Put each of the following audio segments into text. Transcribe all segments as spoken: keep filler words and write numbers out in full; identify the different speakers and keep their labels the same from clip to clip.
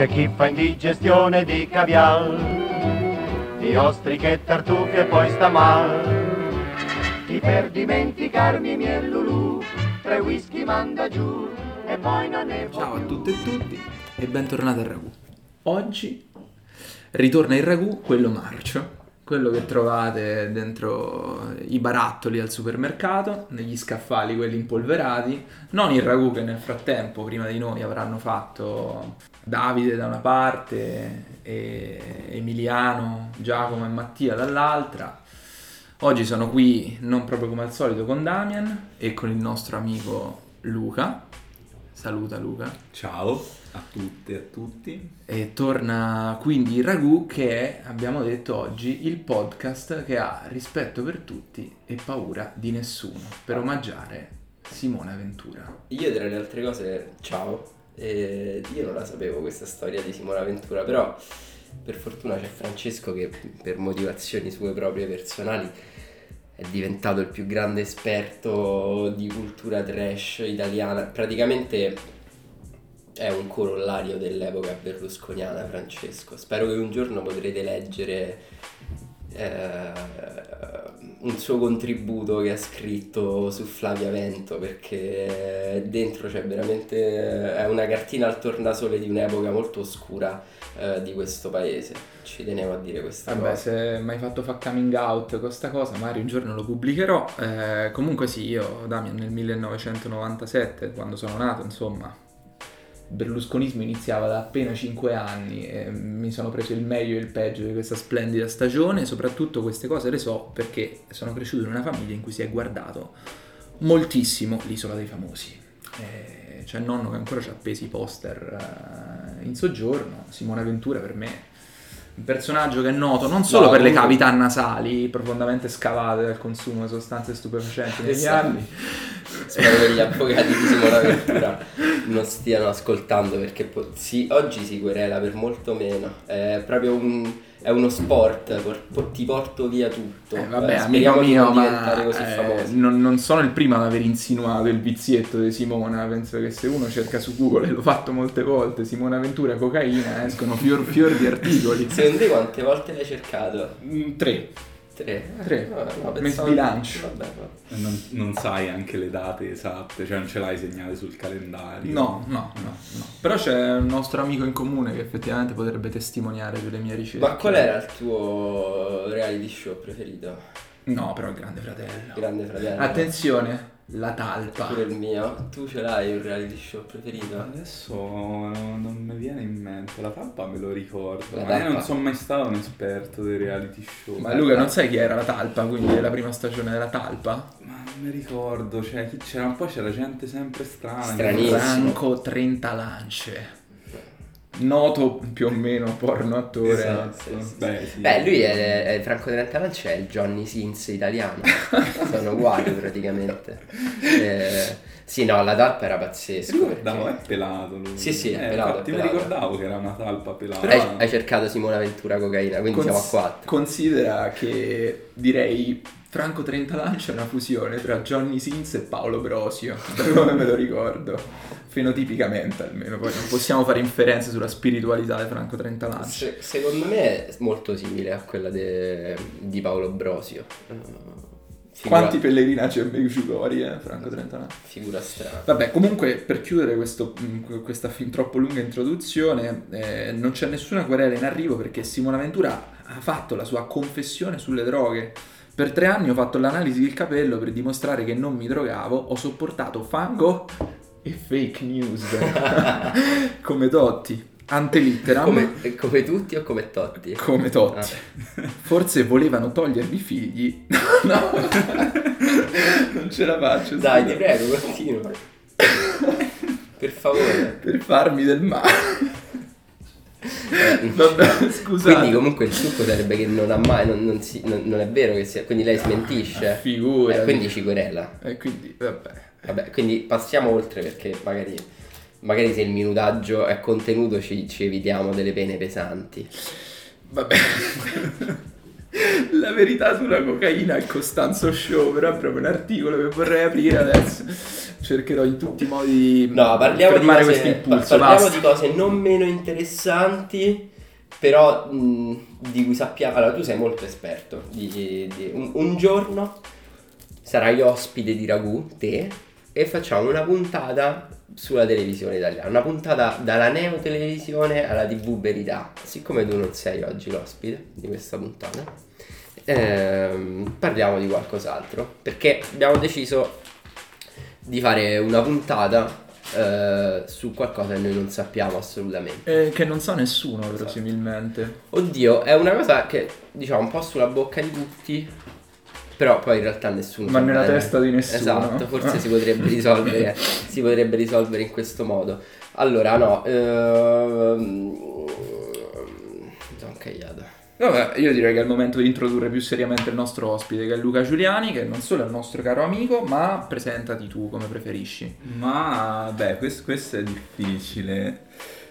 Speaker 1: C'è chi fa indigestione di caviar, di ostriche e tartufi e poi sta mal. Chi per dimenticarmi mi è Lulù, tre whisky manda giù e poi non ne può.
Speaker 2: Ciao a tutte e tutti e bentornati al ragù. Oggi ritorna il ragù, quello marcio, quello che trovate dentro i barattoli al supermercato, negli scaffali quelli impolverati, non il ragù che nel frattempo prima di noi avranno fatto Davide da una parte e Emiliano, Giacomo e Mattia dall'altra. Oggi sono qui non proprio come al solito con Damian e con il nostro amico Luca. Saluta Luca.
Speaker 3: Ciao a tutte e a tutti.
Speaker 2: E torna quindi il ragù, che è, abbiamo detto oggi, il podcast che ha rispetto per tutti e paura di nessuno, per omaggiare Simona Ventura.
Speaker 4: Io tra le altre cose, ciao, eh, io non la sapevo questa storia di Simona Ventura, però per fortuna c'è Francesco che per motivazioni sue proprie personali è diventato il più grande esperto di cultura trash italiana. Praticamente è un corollario dell'epoca berlusconiana, Francesco. Spero che un giorno potrete leggere eh, un suo contributo che ha scritto su Flavia Vento, perché dentro c'è veramente è una cartina al tornasole di un'epoca molto oscura eh, di questo paese. Ci tenevo a dire questa
Speaker 2: Vabbè,
Speaker 4: cosa.
Speaker 2: se mai fatto fa coming out con sta cosa, magari un giorno lo pubblicherò. Eh, comunque sì, io, Damian, nel millenovecentonovantasette, quando sono nato, insomma, il berlusconismo iniziava da appena cinque anni e mi sono preso il meglio e il peggio di questa splendida stagione. Soprattutto queste cose le so perché sono cresciuto in una famiglia in cui si è guardato moltissimo l'Isola dei Famosi. Eh, c'è il nonno che ancora ci ha appesi i poster eh, in soggiorno. Simona Ventura per me un personaggio che è noto non solo
Speaker 4: No,
Speaker 2: per le
Speaker 4: comunque...
Speaker 2: cavità nasali profondamente scavate dal consumo di sostanze stupefacenti negli
Speaker 4: Esatto.
Speaker 2: anni.
Speaker 4: Spero che gli avvocati di Simona Ventura non stiano ascoltando, perché po- sì, oggi si querela per molto meno. È proprio un, è uno sport, por- por- ti porto via tutto.
Speaker 2: Eh, vabbè,
Speaker 4: Eh,
Speaker 2: amico
Speaker 4: speriamo di
Speaker 2: mio,
Speaker 4: non
Speaker 2: ma
Speaker 4: diventare così
Speaker 2: eh,
Speaker 4: famosi.
Speaker 2: non, non sono il primo ad aver insinuato il vizietto di Simona. Penso che se uno cerca su Google, e l'ho fatto molte volte, Simona Ventura cocaina, escono fior fior di articoli.
Speaker 4: Secondo te quante volte l'hai cercato?
Speaker 2: Mm, tre.
Speaker 4: Tre.
Speaker 2: Tre.
Speaker 4: No, no,
Speaker 2: Mi
Speaker 4: pensavo-
Speaker 2: sbilancio.
Speaker 4: Vabbè, vabbè.
Speaker 3: Non, non sai anche le date esatte, cioè non ce l'hai segnate sul calendario.
Speaker 2: No, no, no, no. Però c'è un nostro amico in comune che effettivamente potrebbe testimoniare sulle mie ricerche.
Speaker 4: Ma qual era il tuo reality show preferito?
Speaker 2: No, però il Grande Fratello.
Speaker 4: Grande Fratello.
Speaker 2: Attenzione, la talpa.
Speaker 4: Pure il mio. Tu ce l'hai un reality show preferito?
Speaker 3: Adesso non, non mi viene in mente, la tappa me lo ricordo,
Speaker 4: La
Speaker 3: ma
Speaker 4: tappa.
Speaker 3: io non sono mai stato un esperto dei reality show.
Speaker 2: Ma Luca, non sai chi era la talpa, quindi la prima stagione della talpa?
Speaker 3: Ma non mi ricordo, cioè chi c'era, poi c'era gente sempre strana.
Speaker 4: Stranissimo.
Speaker 2: Franco Trenta Lance. Noto più o meno porno attore.
Speaker 3: Esatto.
Speaker 4: Sì, sì, sì.
Speaker 3: Beh, sì.
Speaker 4: Beh, lui è, è Franco Trentalancia, è il Johnny Sins italiano. Sono uguali praticamente. Eh, sì, no, la talpa era pazzesco.
Speaker 3: Ricordavo, è
Speaker 4: perché-
Speaker 3: pelato lui.
Speaker 4: Sì, sì, è
Speaker 3: Eh,
Speaker 4: pelato,
Speaker 3: infatti
Speaker 4: è
Speaker 3: mi
Speaker 4: pelato.
Speaker 3: ricordavo che era una talpa pelata.
Speaker 4: Hai, hai cercato Simona Ventura cocaina, quindi siamo a
Speaker 2: Cons-
Speaker 4: quattro.
Speaker 2: Considera che direi Franco Trenta Lance è una fusione tra Johnny Sins e Paolo Brosio, da come me lo ricordo. Fenotipicamente almeno, poi non possiamo fare inferenze sulla spiritualità di Franco Trenta Lance.
Speaker 4: Se- secondo me è molto simile a quella de- di Paolo Brosio. Eh, figura-
Speaker 2: Quanti pellegrinaggi a Meggiugori, eh, Franco Trenta Lance.
Speaker 4: Figura strana.
Speaker 2: Vabbè, comunque per chiudere questo, mh, questa fin troppo lunga introduzione, eh, non c'è nessuna querela in arrivo perché Simona Ventura ha fatto la sua confessione sulle droghe. Per tre anni ho fatto l'analisi del capello per dimostrare che non mi drogavo, ho sopportato fango e fake news, come Totti, ante litteram, come,
Speaker 4: Come, come tutti o come Totti?
Speaker 2: Totti. Forse volevano togliermi i figli. No, non ce la faccio.
Speaker 4: Dai,
Speaker 2: scusa.
Speaker 4: ti prego, continua. Per favore.
Speaker 2: Per farmi del male.
Speaker 4: Eh,
Speaker 2: Vabbè, scusate.
Speaker 4: Quindi comunque il succo sarebbe che non ha mai, non, non, si, non, non è vero che sia, quindi lei smentisce.
Speaker 2: Figurati.
Speaker 4: Eh, quindi ci querela.
Speaker 2: E quindi, vabbè.
Speaker 4: Vabbè, quindi passiamo oltre perché magari, magari se il minutaggio è contenuto ci, ci evitiamo delle pene pesanti.
Speaker 2: Vabbè. La verità sulla cocaina è Costanzo Show, però è proprio un articolo che vorrei aprire adesso. Cercherò in tutti i modi di
Speaker 4: No, parliamo, di
Speaker 2: fermare questo
Speaker 4: cose,
Speaker 2: impulso.
Speaker 4: parliamo
Speaker 2: basta.
Speaker 4: di cose non meno interessanti, però mh, di cui sappiamo. Allora, tu sei molto esperto. Di, di- un, un giorno sarai ospite di Ragù, te, e facciamo una puntata sulla televisione italiana. Una puntata dalla Neo Televisione alla T V Verità. Siccome tu non sei oggi l'ospite di questa puntata, ehm, parliamo di qualcos'altro. Perché abbiamo deciso di fare una puntata eh, su qualcosa che noi non sappiamo assolutamente.
Speaker 2: Eh, che non sa nessuno, verosimilmente.
Speaker 4: Oddio, è una cosa che diciamo un po' sulla bocca di tutti, però poi in realtà nessuno
Speaker 2: Ma
Speaker 4: sa
Speaker 2: nella
Speaker 4: bene.
Speaker 2: testa di nessuno.
Speaker 4: Esatto, forse si potrebbe risolvere si potrebbe risolvere in questo modo. Allora, no, ehm... sono cagliato.
Speaker 2: Vabbè, io direi che è il momento di introdurre più seriamente il nostro ospite, che è Luca Giuliani, che non solo è il nostro caro amico, ma presentati tu come preferisci.
Speaker 3: Ma beh, questo, questo è difficile.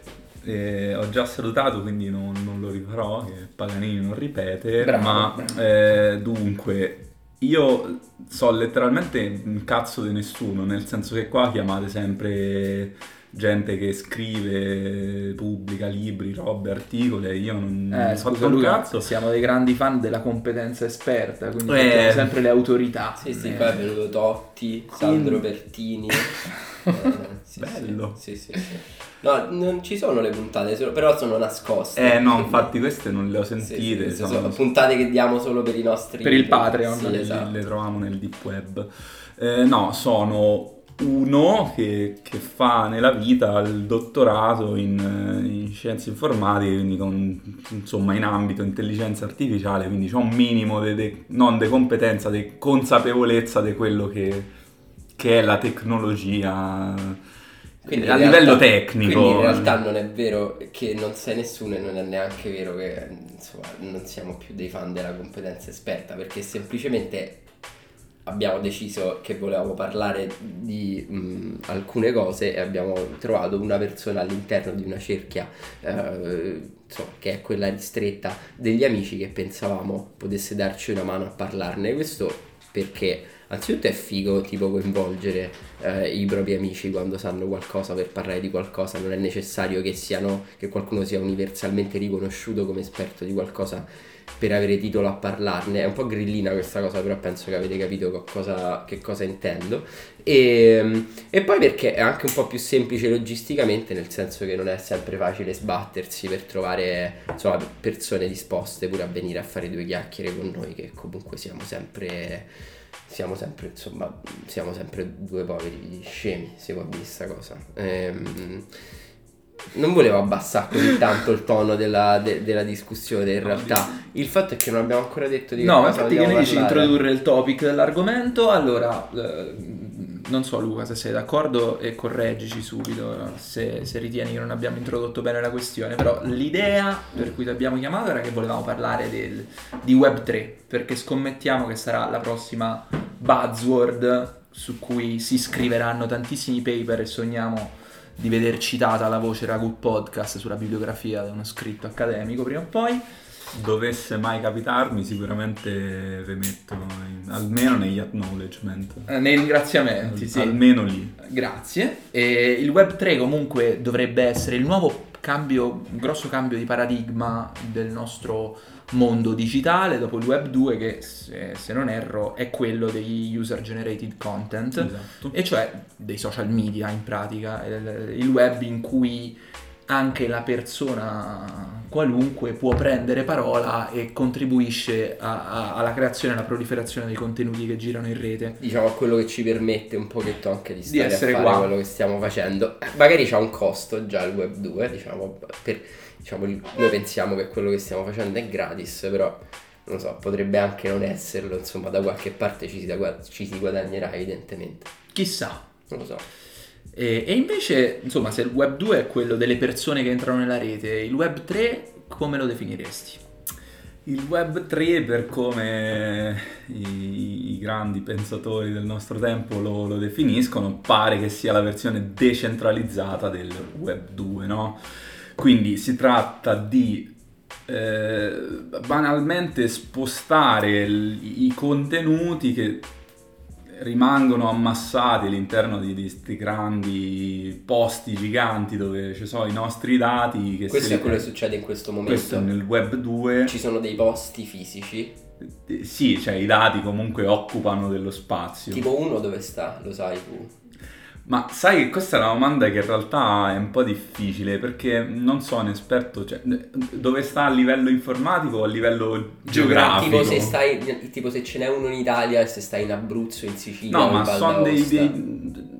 Speaker 3: Eh, ho già salutato, quindi non, non lo rifarò, che Paganini non ripete.
Speaker 2: Bravo,
Speaker 3: ma
Speaker 2: bravo.
Speaker 3: eh, dunque, io so letteralmente un cazzo di nessuno, nel senso che qua chiamate sempre gente che scrive, pubblica libri, robe, articoli, e io non, non
Speaker 2: Eh,
Speaker 3: so
Speaker 2: scusa
Speaker 3: un
Speaker 2: Luca,
Speaker 3: cazzo.
Speaker 2: siamo dei grandi fan della competenza esperta, quindi
Speaker 3: Eh.
Speaker 2: sentiamo sempre le autorità.
Speaker 4: Sì, sì,
Speaker 2: Eh,
Speaker 4: poi è venuto Totti, Sandro Pertini. Eh, sì,
Speaker 3: Bello.
Speaker 4: Sì, sì, sì. No, non ci sono le puntate, solo- però sono nascoste.
Speaker 3: Eh no,
Speaker 4: Quindi-
Speaker 3: infatti queste non le ho
Speaker 4: Sì, sì,
Speaker 3: sentite,
Speaker 4: sì,
Speaker 3: sono-
Speaker 4: sono puntate che diamo solo per i nostri
Speaker 2: Per il Patreon.
Speaker 4: Sì,
Speaker 3: le,
Speaker 4: esatto.
Speaker 3: le troviamo nel deep web. Eh, no, sono uno che, che fa nella vita il dottorato in, in scienze informatiche, quindi con, insomma in ambito intelligenza artificiale, quindi c'ho un minimo de, de- non di competenza, di consapevolezza di quello che, che è la tecnologia
Speaker 4: Quindi
Speaker 3: a
Speaker 4: in
Speaker 3: livello
Speaker 4: realtà-
Speaker 3: tecnico.
Speaker 4: Quindi in realtà non è vero che non sei nessuno e non è neanche vero che insomma non siamo più dei fan della competenza esperta, perché semplicemente abbiamo deciso che volevamo parlare di mh, alcune cose e abbiamo trovato una persona all'interno di una cerchia eh, insomma, che è quella ristretta degli amici, che pensavamo potesse darci una mano a parlarne. Questo perché anzitutto è figo tipo coinvolgere eh, i propri amici quando sanno qualcosa per parlare di qualcosa. Non è necessario che siano che qualcuno sia universalmente riconosciuto come esperto di qualcosa per avere titolo a parlarne. È un po' grillina questa cosa, però penso che avete capito co- cosa, che cosa intendo. E, e poi perché è anche un po' più semplice logisticamente, nel senso che non è sempre facile sbattersi per trovare insomma persone disposte pure a venire a fare due chiacchiere con noi, che comunque siamo sempre siamo sempre insomma siamo sempre due poveri scemi, si può dire sta cosa. Ehm, non volevo abbassare così tanto il tono della, de- della discussione, in realtà il fatto è che non abbiamo ancora detto di che
Speaker 2: No,
Speaker 4: cosa
Speaker 2: infatti che
Speaker 4: vogliamo
Speaker 2: ne dici
Speaker 4: parlare.
Speaker 2: introdurre il topic dell'argomento? Allora, eh, non so Luca se sei d'accordo e correggici subito se, se ritieni che non abbiamo introdotto bene la questione, però l'idea per cui ti abbiamo chiamato era che volevamo parlare del, di web tre, perché scommettiamo che sarà la prossima buzzword su cui si scriveranno tantissimi paper e sogniamo di veder citata la voce Ragù Podcast sulla bibliografia di uno scritto accademico prima o poi.
Speaker 3: Dovesse mai capitarmi, sicuramente vi metto in- almeno negli acknowledgement.
Speaker 2: Eh, nei ringraziamenti, sì.
Speaker 3: Almeno lì.
Speaker 2: Grazie. E il web tre comunque dovrebbe essere il nuovo cambio, grosso cambio di paradigma del nostro mondo digitale dopo il web due, che se, se non erro è quello degli user generated content,
Speaker 3: Esatto.
Speaker 2: e cioè dei social media in pratica, il, il web in cui anche la persona qualunque può prendere parola e contribuisce a- a- alla creazione e alla proliferazione dei contenuti che girano in rete.
Speaker 4: Diciamo quello che ci permette un pochetto anche di stare
Speaker 2: essere
Speaker 4: a fare
Speaker 2: qua.
Speaker 4: quello che stiamo facendo. Eh, Magari c'ha un costo già il web due, diciamo, per, diciamo il- noi pensiamo che quello che stiamo facendo è gratis, però non lo so, potrebbe anche non esserlo, insomma da qualche parte ci si, da- ci si guadagnerà evidentemente,
Speaker 2: Chissà.
Speaker 4: non lo so.
Speaker 2: E, e invece, insomma, se il web due è quello delle persone che entrano nella rete, il web tre come lo definiresti?
Speaker 3: Il web tre, per come i, i grandi pensatori del nostro tempo lo, lo definiscono, pare che sia la versione decentralizzata del web due, no? Quindi si tratta di eh, banalmente spostare l- i contenuti che rimangono ammassati all'interno di questi grandi posti giganti dove ci sono i nostri dati. Che
Speaker 4: questo
Speaker 3: se
Speaker 4: è quello
Speaker 3: li...
Speaker 4: che succede in questo momento.
Speaker 3: Questo è nel web due.
Speaker 4: Ci sono dei posti fisici.
Speaker 3: Eh, Sì, cioè i dati comunque occupano dello spazio.
Speaker 4: Tipo uno dove sta, lo sai tu?
Speaker 3: Ma sai che questa è una domanda che in realtà è un po' difficile perché non sono un esperto, cioè dove sta a livello informatico o a livello geografico?
Speaker 4: Tipo se stai, tipo se ce n'è uno in Italia e se stai in Abruzzo, in Sicilia.
Speaker 3: No,
Speaker 4: o in
Speaker 3: ma
Speaker 4: Val
Speaker 3: sono dei,
Speaker 4: d'Aosta.
Speaker 3: dei...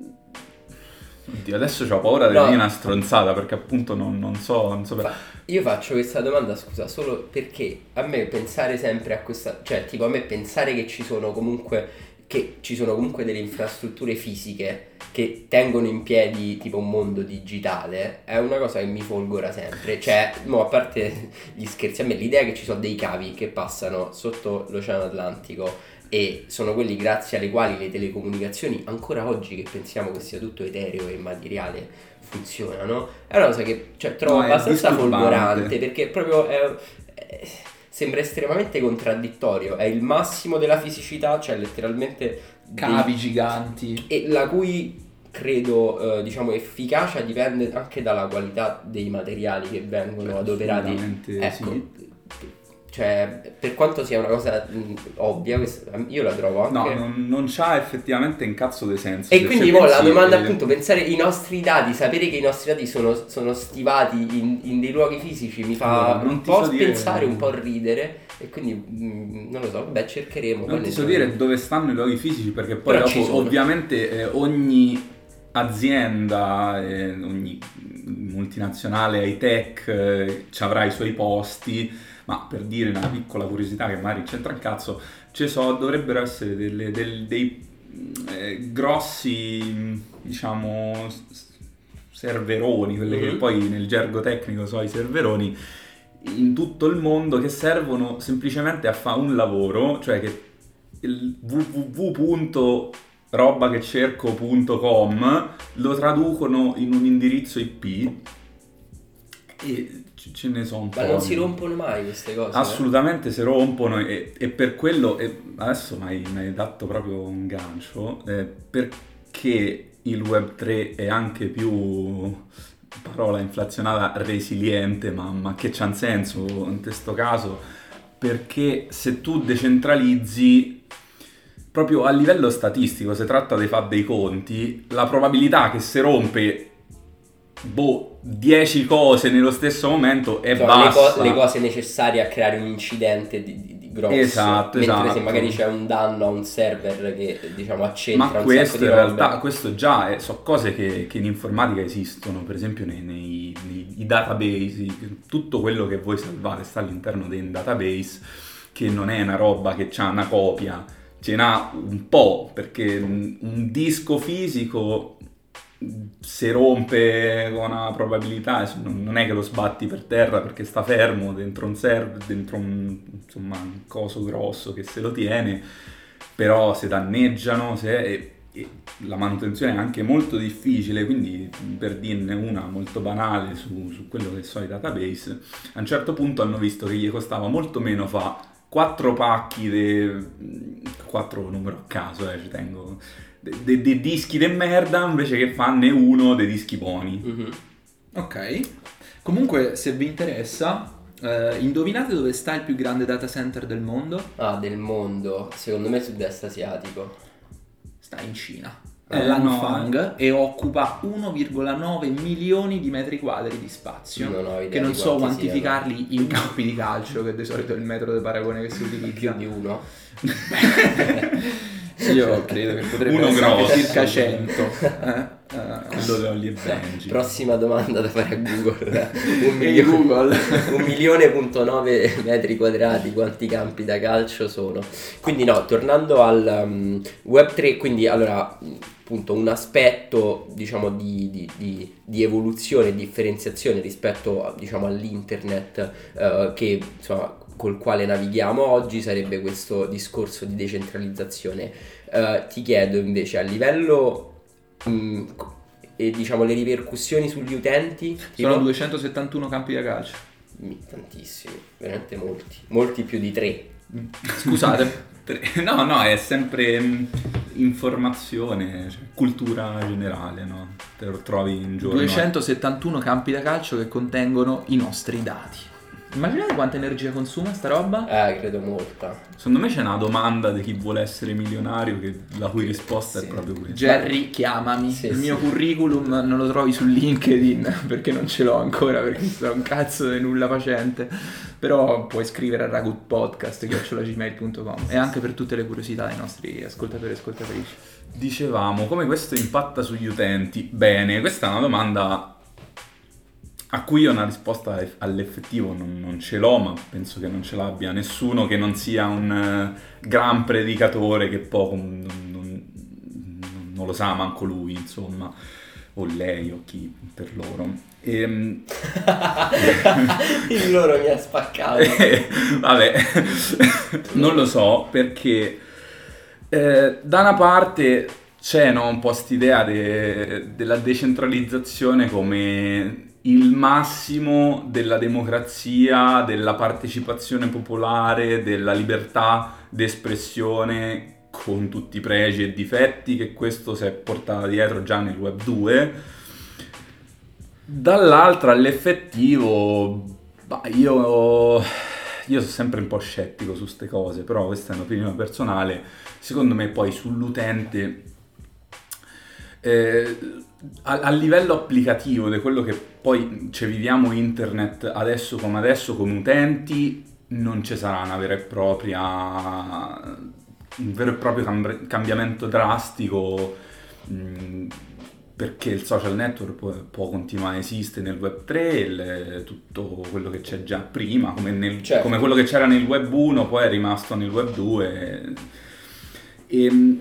Speaker 3: Oddio, adesso ho paura di
Speaker 4: No.
Speaker 3: dire una stronzata perché appunto non, non so, non so per...
Speaker 4: Fa- Io faccio questa domanda, scusa, solo perché a me pensare sempre a questa, cioè tipo a me pensare che ci sono comunque che ci sono comunque delle infrastrutture fisiche che tengono in piedi tipo un mondo digitale è una cosa che mi folgora sempre. Cioè, mo, a parte gli scherzi, a me l'idea che ci sono dei cavi che passano sotto l'Oceano Atlantico e sono quelli grazie alle quali le telecomunicazioni ancora oggi che pensiamo che sia tutto etereo e immateriale funzionano, è una cosa che cioè, trovo
Speaker 3: No, è
Speaker 4: abbastanza
Speaker 3: disturbante.
Speaker 4: folgorante perché proprio è, è- sembra estremamente contraddittorio, è il massimo della fisicità, cioè letteralmente dei-
Speaker 2: Cavi giganti.
Speaker 4: e la cui credo eh, diciamo efficacia dipende anche dalla qualità dei materiali che vengono adoperati.
Speaker 3: Assolutamente
Speaker 4: Ecco,
Speaker 3: sì.
Speaker 4: cioè per quanto sia una cosa mh, ovvia, questa- io la trovo anche
Speaker 3: No, non, non c'ha effettivamente un cazzo di senso.
Speaker 4: e
Speaker 3: Se
Speaker 4: quindi
Speaker 3: ci
Speaker 4: mo la
Speaker 3: pensi,
Speaker 4: domanda
Speaker 3: eh,
Speaker 4: appunto, pensare i nostri dati, sapere che i nostri dati sono, sono stivati in, in dei luoghi fisici mi fa
Speaker 3: Allora, non
Speaker 4: un
Speaker 3: ti
Speaker 4: po'
Speaker 3: so dire-
Speaker 4: pensare, un po' ridere e quindi mh, non lo so, beh cercheremo.
Speaker 3: Non
Speaker 4: poi
Speaker 3: ti
Speaker 4: ne
Speaker 3: so
Speaker 4: troveremo.
Speaker 3: dire dove stanno i luoghi fisici perché poi
Speaker 4: Però ci
Speaker 3: dopo
Speaker 4: sono.
Speaker 3: ovviamente eh, ogni azienda, eh, ogni multinazionale high tech eh, ci avrà i suoi posti, ma per dire una piccola curiosità che magari c'entra un cazzo, ci so, dovrebbero essere delle- del- dei eh, grossi, diciamo, s- serveroni, quelle che
Speaker 4: Mhm.
Speaker 3: poi nel gergo tecnico sono i serveroni, in tutto il mondo che servono semplicemente a fare un lavoro, cioè che il www.robachecerco punto com lo traducono in un indirizzo I P e c- ce ne sono un po'.
Speaker 4: Ma non si rompono mai queste cose? eh?
Speaker 3: Assolutamente si rompono e, e per quello, e adesso mi hai, mi hai dato proprio un gancio, eh, perché il web tre è anche più, parola inflazionata, resiliente, ma, ma che c'ha un senso in questo caso, perché se tu decentralizzi, proprio a livello statistico, si tratta di fare dei conti, la probabilità che si rompe boh, dieci cose nello stesso momento è
Speaker 4: Insomma, le,
Speaker 3: bassa.
Speaker 4: co- le cose necessarie a creare un incidente di, di- di grosso.
Speaker 3: Esatto,
Speaker 4: mentre
Speaker 3: esatto.
Speaker 4: se magari c'è un danno a un server che diciamo accentra
Speaker 3: Ma
Speaker 4: un
Speaker 3: questo
Speaker 4: sacco di
Speaker 3: in
Speaker 4: robe.
Speaker 3: realtà, questo già è, sono cose che, che in informatica esistono, per esempio nei, nei- nei- i database, tutto quello che voi salvate sta all'interno dei database, che non è una roba che ha una copia, ce n'ha un po', perché un, un disco fisico si rompe con una probabilità, non non è che lo sbatti per terra perché sta fermo dentro un server, dentro un, insomma, un coso grosso che se lo tiene, però si danneggiano se, e, e la manutenzione è anche molto difficile, quindi per dirne una molto banale su, su quello che sono i database, a un certo punto hanno visto che gli costava molto meno fa quattro pacchi di quattro numero a caso, eh, ci tengo, dei dischi de merda invece che farne uno dei dischi buoni.
Speaker 4: Mhm.
Speaker 2: Ok. Comunque, se vi interessa, eh, indovinate dove sta il più grande data center del mondo?
Speaker 4: Ah, del mondo, secondo me sud-est asiatico.
Speaker 2: Sta in Cina.
Speaker 3: Eh,
Speaker 2: È Langfang e occupa uno virgola nove milioni di metri quadri di spazio.
Speaker 4: Non ho idea
Speaker 2: che non
Speaker 4: di
Speaker 2: so
Speaker 4: quanti
Speaker 2: quantificarli in campi di calcio, che di solito è il metodo di paragone che si
Speaker 4: Più
Speaker 2: utilizza.
Speaker 4: di uno.
Speaker 2: Io credo che potrebbe
Speaker 3: Uno
Speaker 2: essere anche
Speaker 3: grosso.
Speaker 2: circa cento. Eh? Eh,
Speaker 3: Quello di Ollie e Benji.
Speaker 4: Prossima domanda da fare a Google. Un
Speaker 2: Ehi,
Speaker 4: milione,
Speaker 2: Google.
Speaker 4: un milione punto nove metri quadrati, quanti campi da calcio sono? Quindi no, tornando al um, web tre, quindi allora appunto un aspetto diciamo di, di, di, di evoluzione e differenziazione rispetto a, diciamo all'internet eh, che insomma col quale navighiamo oggi sarebbe questo discorso di decentralizzazione. Eh, ti chiedo invece a livello Mm, co- e diciamo le ripercussioni sugli utenti
Speaker 2: Sono
Speaker 4: tipo-
Speaker 2: duecentosettantuno campi da calcio.
Speaker 4: Tantissimi, veramente molti, molti più di tre.
Speaker 2: Scusate.
Speaker 3: No, no, è sempre mh, informazione, cioè, cultura generale, no? Te lo trovi in giorno.
Speaker 2: duecentosettantuno campi da calcio che contengono i nostri dati. Immaginate quanta energia consuma sta roba?
Speaker 4: Eh, credo molta.
Speaker 3: Secondo me c'è una domanda di chi vuole essere milionario che, la cui risposta
Speaker 4: Sì.
Speaker 3: è proprio questa.
Speaker 2: Jerry, chiamami.
Speaker 4: Sì,
Speaker 2: Il
Speaker 4: sì.
Speaker 2: mio curriculum non lo trovi su LinkedIn perché non ce l'ho ancora, perché sono un cazzo di nulla facente. Però puoi scrivere a ragut podcast chiocciola gmail punto com e anche per tutte le curiosità dei nostri ascoltatori e ascoltatrici.
Speaker 3: Dicevamo, come questo impatta sugli utenti? Bene, questa è una domanda a cui io una risposta all'effettivo non, non ce l'ho, ma penso che non ce l'abbia nessuno che non sia un uh, gran predicatore che poco non, non, non lo sa manco lui, insomma, o lei o chi per loro. E,
Speaker 4: Il loro mi ha spaccato.
Speaker 3: vabbè, non lo so perché eh, da una parte c'è, no, un po' st'idea de- della decentralizzazione come il massimo della democrazia, della partecipazione popolare, della libertà d'espressione, con tutti i pregi e difetti che questo si è portato dietro già nel web due. Dall'altra, all'effettivo, bah, io, io sono sempre un po' scettico su ste cose, però questa è un'opinione personale. Secondo me poi sull'utente, eh, a, a livello applicativo di quello che poi ci viviamo internet adesso come adesso come utenti, non ci sarà una vera e propria, un vero e proprio cam- cambiamento drastico, mh, perché il social network può, può continuare a esistere nel web tre, il, tutto quello che c'è già prima, come, nel,
Speaker 4: certo.
Speaker 3: come quello che c'era nel web uno, poi è rimasto nel web due. E,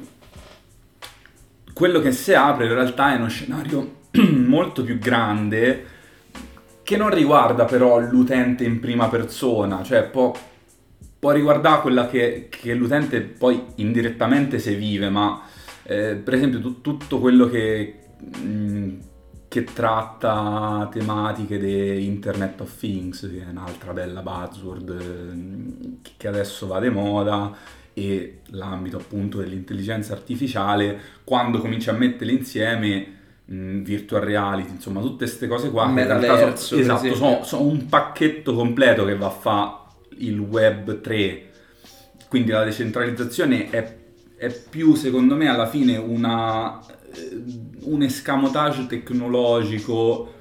Speaker 3: quello che si apre in realtà è uno scenario molto più grande che non riguarda però l'utente in prima persona, cioè può, può riguardare quella che, che l'utente poi indirettamente se vive, ma eh, per esempio tu, tutto quello che, mh, che tratta tematiche di Internet of Things, che è un'altra bella buzzword eh, che adesso va di moda, e l'ambito appunto dell'intelligenza artificiale, quando cominci a metterle insieme, mh, virtual reality, insomma tutte queste cose qua che in realtà sono, esatto, sono, sono un pacchetto completo che va a fare il web tre. Quindi la decentralizzazione è, è più, secondo me, alla fine una, un escamotage tecnologico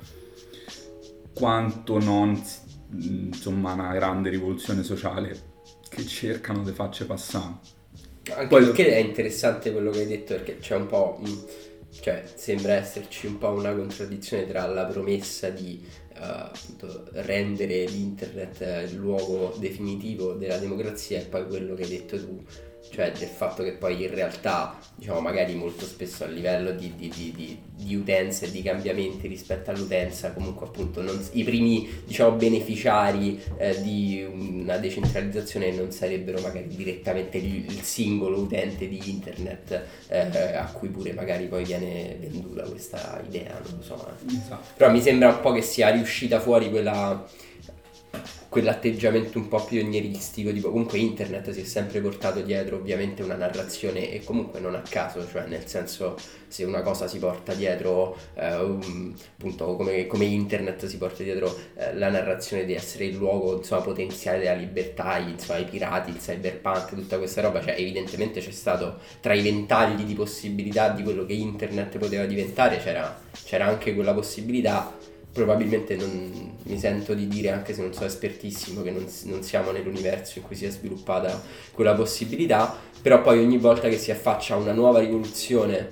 Speaker 3: quanto non, insomma, una grande rivoluzione sociale che cercano di farci passare.
Speaker 4: Anche
Speaker 3: Poi,
Speaker 4: perché è interessante quello che hai detto, perché c'è un po', cioè sembra esserci un po' una contraddizione tra la promessa di uh, appunto rendere l'internet il luogo definitivo della democrazia e poi quello che hai detto tu, cioè del fatto che poi in realtà, diciamo, magari molto spesso a livello di, di, di, di, di utenza e di cambiamenti rispetto all'utenza, comunque appunto non, i primi, diciamo, beneficiari eh, di una decentralizzazione non sarebbero magari direttamente il, il singolo utente di internet, eh, a cui pure magari poi viene venduta questa idea, non lo so. Eh.
Speaker 3: esatto.
Speaker 4: Però mi sembra un po' che sia riuscita fuori quella... quell'atteggiamento un po' pionieristico, tipo comunque internet si è sempre portato dietro ovviamente una narrazione, e comunque non a caso, cioè nel senso, se una cosa si porta dietro eh, um, appunto come, come internet si porta dietro eh, la narrazione di essere il luogo, insomma, potenziale della libertà, insomma, i pirati, il cyberpunk, tutta questa roba, cioè evidentemente c'è stato tra i ventagli di possibilità di quello che internet poteva diventare, c'era, c'era anche quella possibilità. Probabilmente non mi sento di dire, anche se non sono espertissimo, che non, non siamo nell'universo in cui si è sviluppata quella possibilità, però poi ogni volta che si affaccia una nuova rivoluzione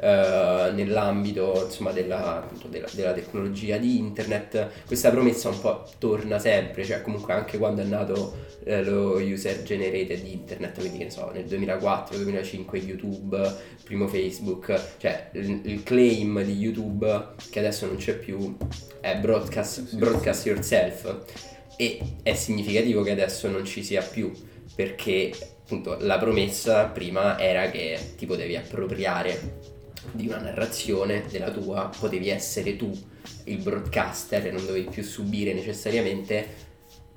Speaker 4: eh, nell'ambito, insomma, della, appunto, della, della tecnologia di internet, questa promessa un po' torna sempre, cioè comunque anche quando è nato eh, lo user generated internet, quindi che ne so, nel duemilaquattro duemilacinque YouTube, primo Facebook, cioè il, il claim di YouTube, che adesso non c'è più, è broadcast, broadcast yourself, e è significativo che adesso non ci sia più, perché appunto la promessa prima era che ti potevi appropriare di una narrazione della tua, potevi essere tu il broadcaster e non dovevi più subire necessariamente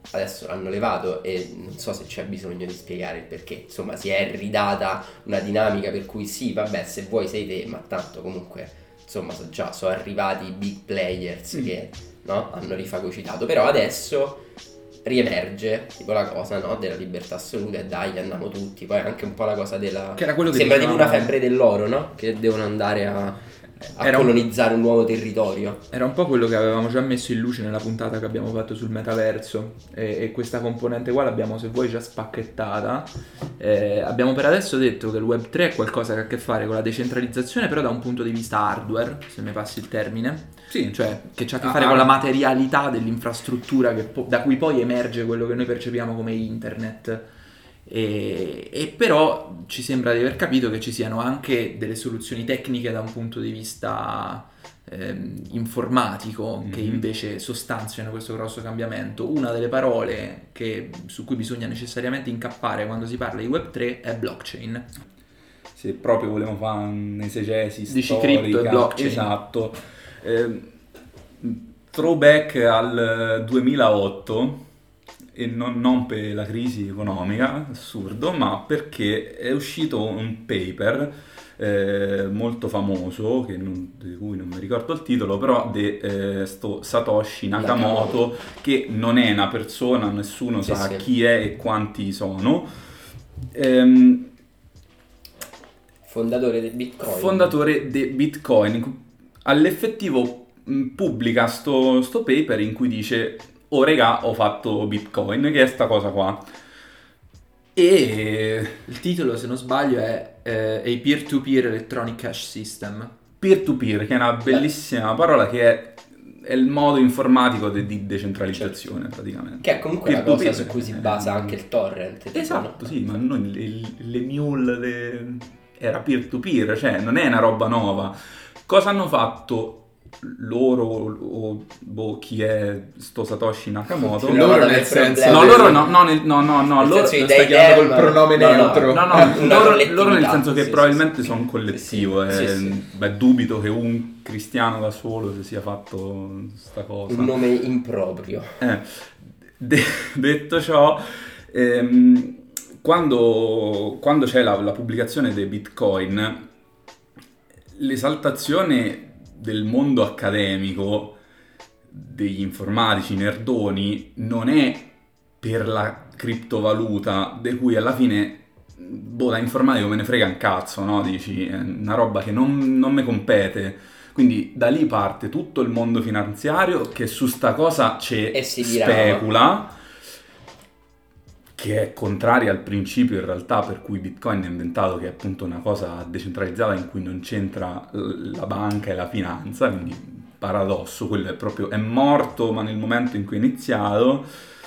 Speaker 4: adesso l'hanno levato e non so se c'è bisogno di spiegare il perché, insomma si è ridata una dinamica per cui sì, vabbè, se vuoi sei te, ma tanto comunque insomma so già sono arrivati i big players mm. che no, hanno rifagocitato, però adesso riemerge tipo la cosa, no, della libertà assoluta e dai andiamo tutti, poi anche un po' la cosa della
Speaker 2: che era quello che
Speaker 4: sembra
Speaker 2: dicevamo...
Speaker 4: tipo una febbre dell'oro, no, che devono andare a a era colonizzare un... un nuovo territorio.
Speaker 2: Era un po' quello che avevamo già messo in luce nella puntata che abbiamo fatto sul metaverso, e, e questa componente qua l'abbiamo, se vuoi, già spacchettata. Eh, abbiamo per adesso detto che il web tre è qualcosa che ha a che fare con la decentralizzazione, però da un punto di vista hardware, se mi passi il termine.
Speaker 3: Sì.
Speaker 2: Cioè che ha a che fare ah, con la materialità dell'infrastruttura che po- da cui poi emerge quello che noi percepiamo come internet. E, e però ci sembra di aver capito che ci siano anche delle soluzioni tecniche da un punto di vista ehm, informatico mm-hmm. che invece sostanziano questo grosso cambiamento. Una delle parole che, su cui bisogna necessariamente incappare quando si parla di web tre è blockchain.
Speaker 3: Se proprio voleamo fare un'esegesi
Speaker 2: Dici
Speaker 3: storica,
Speaker 2: cripto e blockchain.
Speaker 3: Esatto. Eh, throwback al duemilaotto, e non, non per la crisi economica, assurdo, ma perché è uscito un paper eh, molto famoso, che non, di cui non mi ricordo il titolo, però di eh, sto Satoshi Nakamoto, Nakamoto, che non è una persona, nessuno sì, sa sì. chi è e quanti sono. Ehm,
Speaker 4: fondatore del Bitcoin.
Speaker 3: Fondatore del Bitcoin. All'effettivo mh, pubblica sto, sto paper in cui dice: oh regà, ho fatto Bitcoin, che è sta cosa qua. E
Speaker 2: il titolo, se non sbaglio, è eh, A Peer-to-Peer Electronic Cash System.
Speaker 3: Peer-to-peer, che è una bellissima parola, che è, è il modo informatico de- di decentralizzazione, certo. praticamente.
Speaker 4: Che è comunque la cosa su cui si basa anche il torrent.
Speaker 3: Esatto,
Speaker 4: no?
Speaker 3: sì, ma noi le, le mule de... era peer-to-peer, cioè non è una roba nuova. Cosa hanno fatto loro o boh, chi è sto Satoshi Nakamoto?
Speaker 2: Loro nel senso
Speaker 3: no, loro no, no, nel, no, no, no, loro
Speaker 2: stai chiamando col pronome
Speaker 4: no,
Speaker 2: neutro.
Speaker 3: No, no, no loro, loro nel senso che
Speaker 4: sì,
Speaker 3: probabilmente
Speaker 4: sì,
Speaker 3: sono un collettivo.
Speaker 4: sì,
Speaker 3: e,
Speaker 4: sì, sì.
Speaker 3: Beh, dubito che un cristiano da solo si sia fatto sta cosa.
Speaker 4: Un nome improprio.
Speaker 3: Eh, de- detto ciò, ehm, quando, quando c'è la, la pubblicazione dei Bitcoin, l'esaltazione del mondo accademico, degli informatici nerdoni, non è per la criptovaluta, di cui alla fine, boh, da informatico me ne frega un cazzo, no? Dici, è una roba che non, non mi compete. Quindi da lì parte tutto il mondo finanziario che su sta cosa c'è specula, che è contraria al principio in realtà per cui Bitcoin è inventato, che è appunto una cosa decentralizzata in cui non c'entra la banca e la finanza, quindi paradosso, quello è proprio, è morto ma nel momento in cui è iniziato.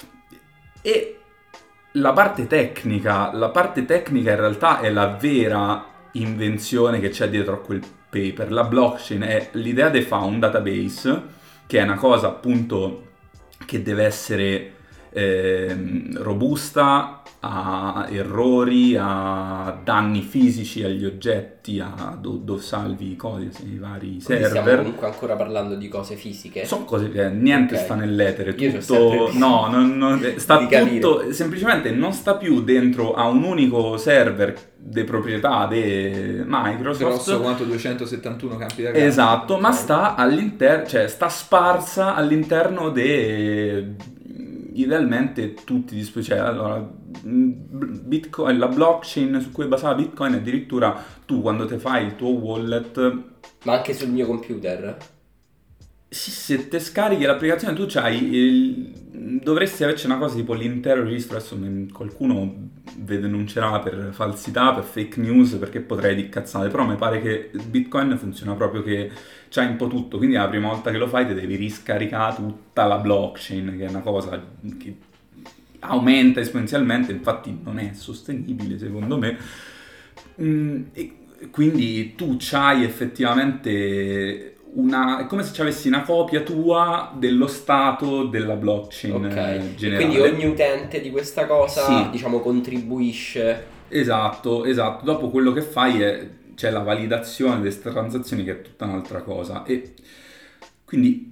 Speaker 3: E la parte tecnica, la parte tecnica in realtà è la vera invenzione che c'è dietro a quel paper. La blockchain è l'idea di fare un database, che è una cosa appunto che deve essere Eh, robusta a errori, a danni fisici agli oggetti, a dove do salvi i codici, i vari server.
Speaker 4: Stiamo comunque ancora parlando di cose fisiche.
Speaker 3: Sono cose che niente okay. sta nell'etere,
Speaker 4: Io
Speaker 3: tutto no, non, non, sta tutto
Speaker 4: capire.
Speaker 3: Semplicemente non sta più dentro a un unico server di proprietà di Microsoft,
Speaker 2: grosso quanto duecentosettantuno campi da calcio.
Speaker 3: Esatto, okay. ma sta all'interno, cioè sta sparsa all'interno dei idealmente tutti i dispositivi. Cioè, allora, Bitcoin, la blockchain su cui è basata Bitcoin, addirittura tu quando te fai il tuo wallet,
Speaker 4: ma anche sul mio computer,
Speaker 3: sì, se te scarichi l'applicazione tu c'hai il, dovresti averci una cosa tipo l'intero registro. Adesso qualcuno vi denuncerà per falsità, per fake news, perché potrei di cazzate, però mi pare che Bitcoin funziona proprio che c'hai un po' tutto, quindi la prima volta che lo fai ti devi riscaricare tutta la blockchain, che è una cosa che aumenta esponenzialmente, infatti non è sostenibile secondo me. Mm, e quindi tu c'hai effettivamente una, è come se ci avessi una copia tua dello stato della blockchain
Speaker 4: okay.
Speaker 3: generale.
Speaker 4: Quindi ogni utente di questa cosa
Speaker 3: sì.
Speaker 4: diciamo contribuisce.
Speaker 3: Esatto, esatto. Dopo quello che fai è c'è la validazione delle transazioni, che è tutta un'altra cosa. E quindi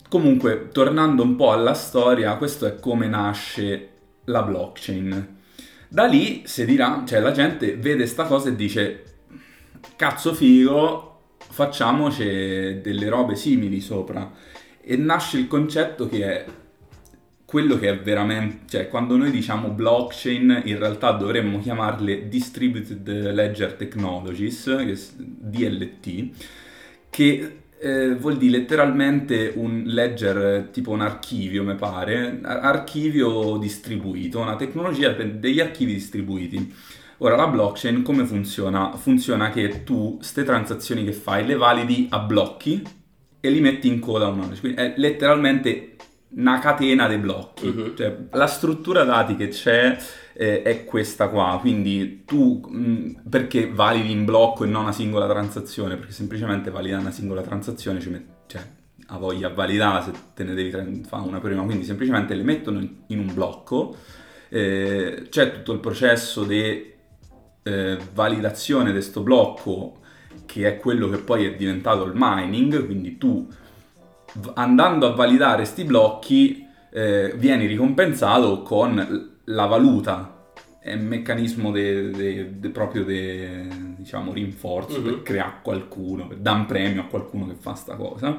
Speaker 3: comunque, tornando un po' alla storia, questo è come nasce la blockchain. Da lì si dirà, cioè la gente vede sta cosa e dice cazzo figo, facciamoci delle robe simili sopra. E nasce il concetto che è quello che è veramente, cioè quando noi diciamo blockchain in realtà dovremmo chiamarle Distributed Ledger Technologies, che D L T, che eh, vuol dire letteralmente un ledger tipo un archivio, mi pare, archivio distribuito, una tecnologia per degli archivi distribuiti. Ora la blockchain come funziona? Funziona che tu ste transazioni che fai le validi a blocchi e li metti in coda uno, quindi è letteralmente una catena dei blocchi. Uh-huh. Cioè, la struttura dati che c'è eh, è questa qua, quindi tu mh, perché validi in blocco e non una singola transazione? Perché semplicemente validare una singola transazione ci met- cioè ha voglia a validare se te ne devi tra- fare una prima, quindi semplicemente le mettono in, in un blocco, eh, c'è tutto il processo di eh, validazione di questo blocco che è quello che poi è diventato il mining, quindi tu andando a validare sti blocchi eh, vieni ricompensato con la valuta, è un meccanismo de, de, de proprio de, diciamo rinforzo, uh-huh. per creare qualcuno, per dare un premio a qualcuno che fa sta cosa,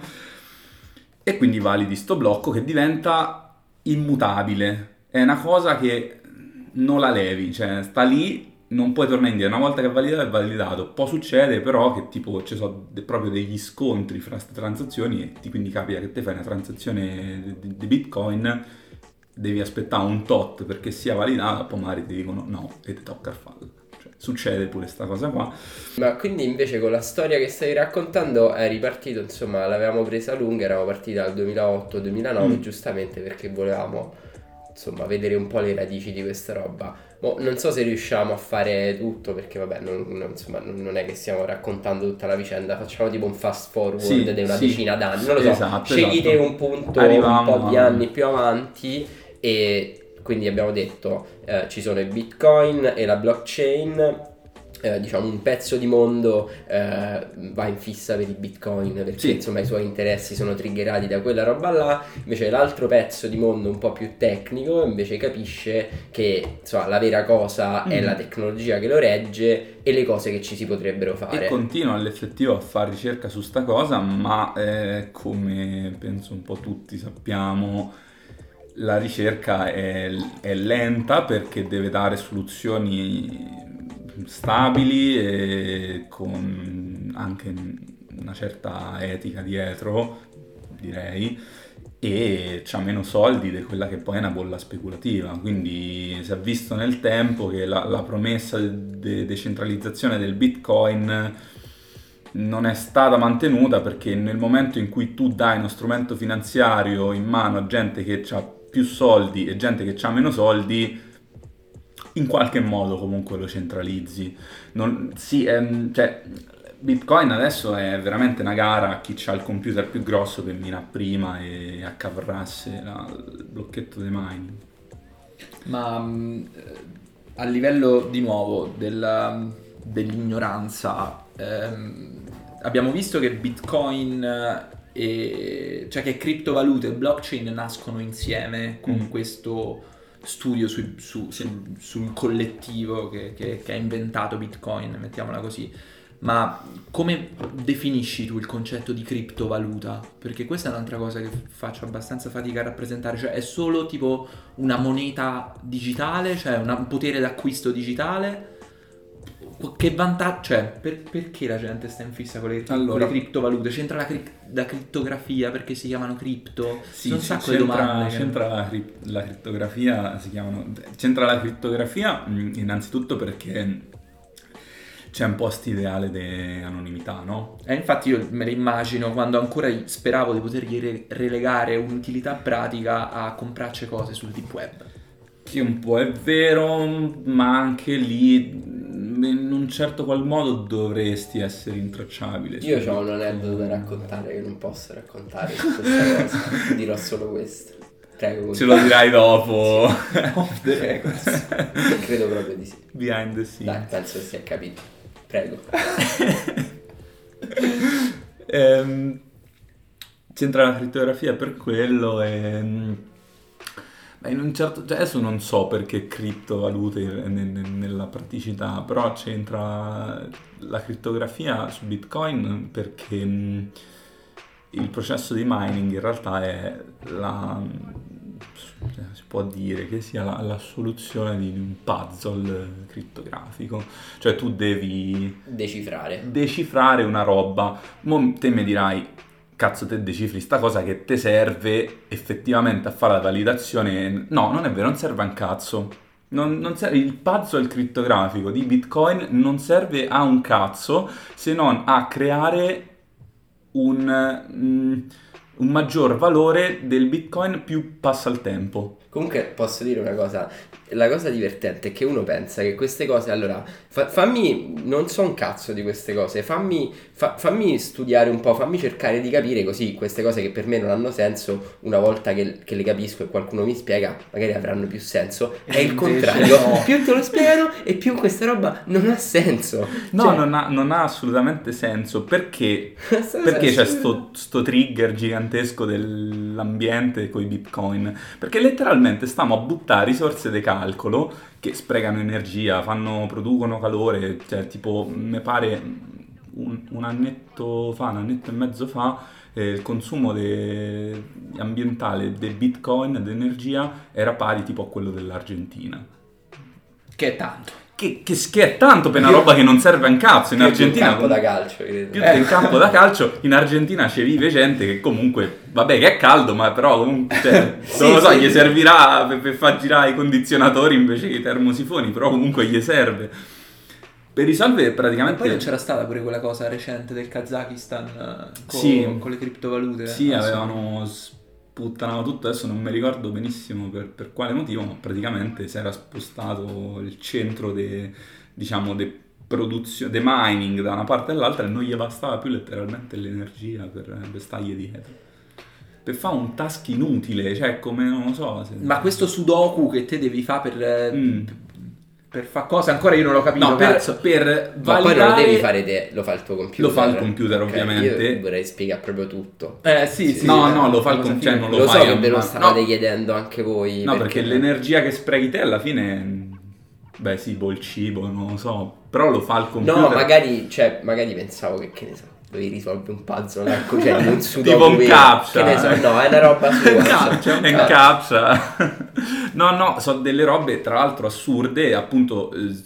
Speaker 3: e quindi validi sto blocco che diventa immutabile, è una cosa che non la levi, cioè sta lì, non puoi tornare indietro, una volta che è validato è validato. Poi succede però che tipo ci sono de- proprio degli scontri fra queste transazioni e ti, quindi capita che te fai una transazione di, di Bitcoin, devi aspettare un tot perché sia validata, poi magari ti dicono no e ti tocca farlo. Cioè, succede pure sta cosa qua.
Speaker 4: Ma quindi invece con la storia che stai raccontando è ripartito, insomma l'avevamo presa lunga, eravamo partiti dal duemilaotto duemilanove mm. giustamente perché volevamo insomma vedere un po' le radici di questa roba. Mo, non so se riusciamo a fare tutto perché vabbè non, non, insomma, non è che stiamo raccontando tutta la vicenda, facciamo tipo un fast forward sì, di una sì. decina d'anni, non lo so,
Speaker 3: esatto,
Speaker 4: scegliete
Speaker 3: esatto.
Speaker 4: un punto
Speaker 3: Arrivamo
Speaker 4: un po' di
Speaker 3: a...
Speaker 4: anni più avanti e quindi abbiamo detto eh, ci sono i bitcoin e la blockchain. Eh, diciamo un pezzo di mondo eh, va in fissa per i bitcoin perché sì. insomma i suoi interessi sono triggerati da quella roba là, invece l'altro pezzo di mondo un po' più tecnico invece capisce che insomma la vera cosa mm. è la tecnologia che lo regge e le cose che ci si potrebbero fare,
Speaker 3: e continua all'effettivo a fare ricerca su sta cosa, ma eh, come penso un po' tutti sappiamo la ricerca è, è lenta perché deve dare soluzioni stabili e con anche una certa etica dietro, direi, e c'ha meno soldi di quella che poi è una bolla speculativa. Quindi si è visto nel tempo che la, la promessa di de- decentralizzazione del Bitcoin non è stata mantenuta perché nel momento in cui tu dai uno strumento finanziario in mano a gente che ha più soldi e gente che ha meno soldi, in qualche modo comunque lo centralizzi. Non, sì, ehm, cioè, Bitcoin adesso è veramente una gara a chi ha il computer più grosso che mina prima e accavarrasse la, il blocchetto dei mining.
Speaker 2: Ma mh, a livello di nuovo della, dell'ignoranza, ehm, abbiamo visto che Bitcoin e cioè che criptovalute e blockchain nascono insieme con mm. questo studio sui, su, sì. sul, sul collettivo che, che, che ha inventato Bitcoin, mettiamola così. Ma come definisci tu il concetto di criptovaluta? Perché questa è un'altra cosa che faccio abbastanza fatica a rappresentare, cioè è solo tipo una moneta digitale, cioè un potere d'acquisto digitale? Che vantaggio, cioè per, perché la gente sta in fissa con le,
Speaker 3: allora,
Speaker 2: con le criptovalute? C'entra la, cri- la crittografia perché si chiamano cripto?
Speaker 3: Sì,
Speaker 2: un sacco di domande.
Speaker 3: C'entra la, cri- la crittografia, si chiamano, c'entra la crittografia innanzitutto perché c'è un po' st'ideale di anonimità, no?
Speaker 2: E infatti io me le immagino quando ancora speravo di potergli re- relegare un'utilità pratica a comprarci cose sul deep web.
Speaker 3: Che un po' è vero, ma anche lì in un certo qual modo dovresti essere intracciabile.
Speaker 4: Io ho un aneddoto da raccontare che non posso raccontare su questa cosa, dirò solo questo. Prego.
Speaker 3: Ce lo dirai dopo.
Speaker 2: Off the records.
Speaker 4: Credo proprio di sì.
Speaker 3: Behind the scenes.
Speaker 4: Dai, penso che si è capito. Prego.
Speaker 3: ehm, c'entra la crittografia per quello e... Beh, in un certo... Cioè, adesso non so perché criptovalute ne- ne- nella praticità, però c'entra la crittografia su Bitcoin perché mh, il processo di mining in realtà è la... si può dire che sia la, la soluzione di un puzzle crittografico, cioè tu devi
Speaker 4: Decifrare.
Speaker 3: decifrare una roba. Mo te mi dirai, cazzo, te decifri sta cosa che te serve effettivamente a fare la validazione. No, non è vero, non serve a un cazzo. Non, non serve, il puzzle crittografico di Bitcoin non serve a un cazzo se non a creare un, mm, un maggior valore del Bitcoin più passa il tempo.
Speaker 4: Comunque posso dire una cosa, la cosa divertente è che uno pensa che queste cose, allora, fa- fammi, non so un cazzo di queste cose, fammi, fa- fammi studiare un po', fammi cercare di capire, così queste cose che per me non hanno senso, una volta che, che le capisco e qualcuno mi spiega, magari avranno più senso. È il contrario,
Speaker 2: no.
Speaker 4: Più te lo spiegano e più questa roba non ha senso.
Speaker 3: No,
Speaker 4: Cioè,
Speaker 3: non, ha, non ha assolutamente senso, perché,
Speaker 4: questa cosa
Speaker 3: perché
Speaker 4: è
Speaker 3: c'è
Speaker 4: assurda.
Speaker 3: sto, sto trigger gigantesco dell'ambiente con i Bitcoin, perché letteralmente stiamo a buttare risorse di calcolo che sprecano energia, fanno, producono calore, cioè tipo, mi pare un, un annetto fa, un annetto e mezzo fa, eh, il consumo de- ambientale del Bitcoin, d'energia, era pari tipo a quello dell'Argentina.
Speaker 2: Che è tanto.
Speaker 3: Che, che, che è tanto per una roba che non serve a un cazzo. In
Speaker 4: Più di un
Speaker 3: Argentina
Speaker 4: campo da
Speaker 3: comunque-
Speaker 4: calcio, credo.
Speaker 3: più del campo da calcio, in Argentina ci vive gente che comunque, vabbè che è caldo, ma però comunque, cioè,
Speaker 4: Sì,
Speaker 3: non lo so,
Speaker 4: sì.
Speaker 3: gli servirà per, per far girare i condizionatori invece che i termosifoni, però comunque gli serve. Per risolvere
Speaker 2: Ma
Speaker 3: praticamente...
Speaker 2: poi non c'era stata pure quella cosa recente del Kazakistan eh, con,
Speaker 3: Sì.
Speaker 2: con le criptovalute?
Speaker 3: Sì,
Speaker 2: Ah,
Speaker 3: avevano sputtanato tutto, adesso non mi ricordo benissimo per, per quale motivo, ma praticamente si era spostato il centro de, diciamo, de produzione, de mining da una parte all'altra e non gli bastava più letteralmente l'energia per, per stargli dietro. Per fare un task inutile, cioè come, non lo so... Se...
Speaker 2: Ma questo sudoku che te devi fare per, eh,
Speaker 3: Mm.
Speaker 2: per fare cosa? Ancora io non l'ho capito,
Speaker 3: No, per,
Speaker 2: cazzo.
Speaker 3: per
Speaker 4: Ma poi
Speaker 3: validare...
Speaker 4: non lo devi fare te, lo fa il tuo computer.
Speaker 3: Lo fa il computer,
Speaker 4: Ok,
Speaker 3: ovviamente.
Speaker 4: Io vorrei spiegare proprio tutto.
Speaker 2: Eh sì, sì.
Speaker 3: No,
Speaker 2: eh,
Speaker 3: no, lo fa il
Speaker 2: cosa
Speaker 3: com- cioè,
Speaker 2: figa.
Speaker 3: non
Speaker 4: Lo,
Speaker 3: lo
Speaker 4: so
Speaker 3: fai
Speaker 4: che
Speaker 3: a
Speaker 4: ve lo
Speaker 3: mano.
Speaker 4: stavate
Speaker 3: No.
Speaker 4: chiedendo anche voi.
Speaker 3: No, perché l'energia che sprechi te alla fine... Beh sì, boh, il cibo, non lo so. Però lo fa il computer.
Speaker 4: No, magari, cioè, magari pensavo che, che ne so, dovevi risolvere un puzzle, ecco, cioè di un sudoku
Speaker 3: Tipo un
Speaker 4: vero.
Speaker 3: captcha.
Speaker 4: Che ne so, no, è una roba sua.
Speaker 3: È un
Speaker 4: insomma.
Speaker 3: captcha, è un captcha. No, no, sono delle robe tra l'altro assurde, appunto eh,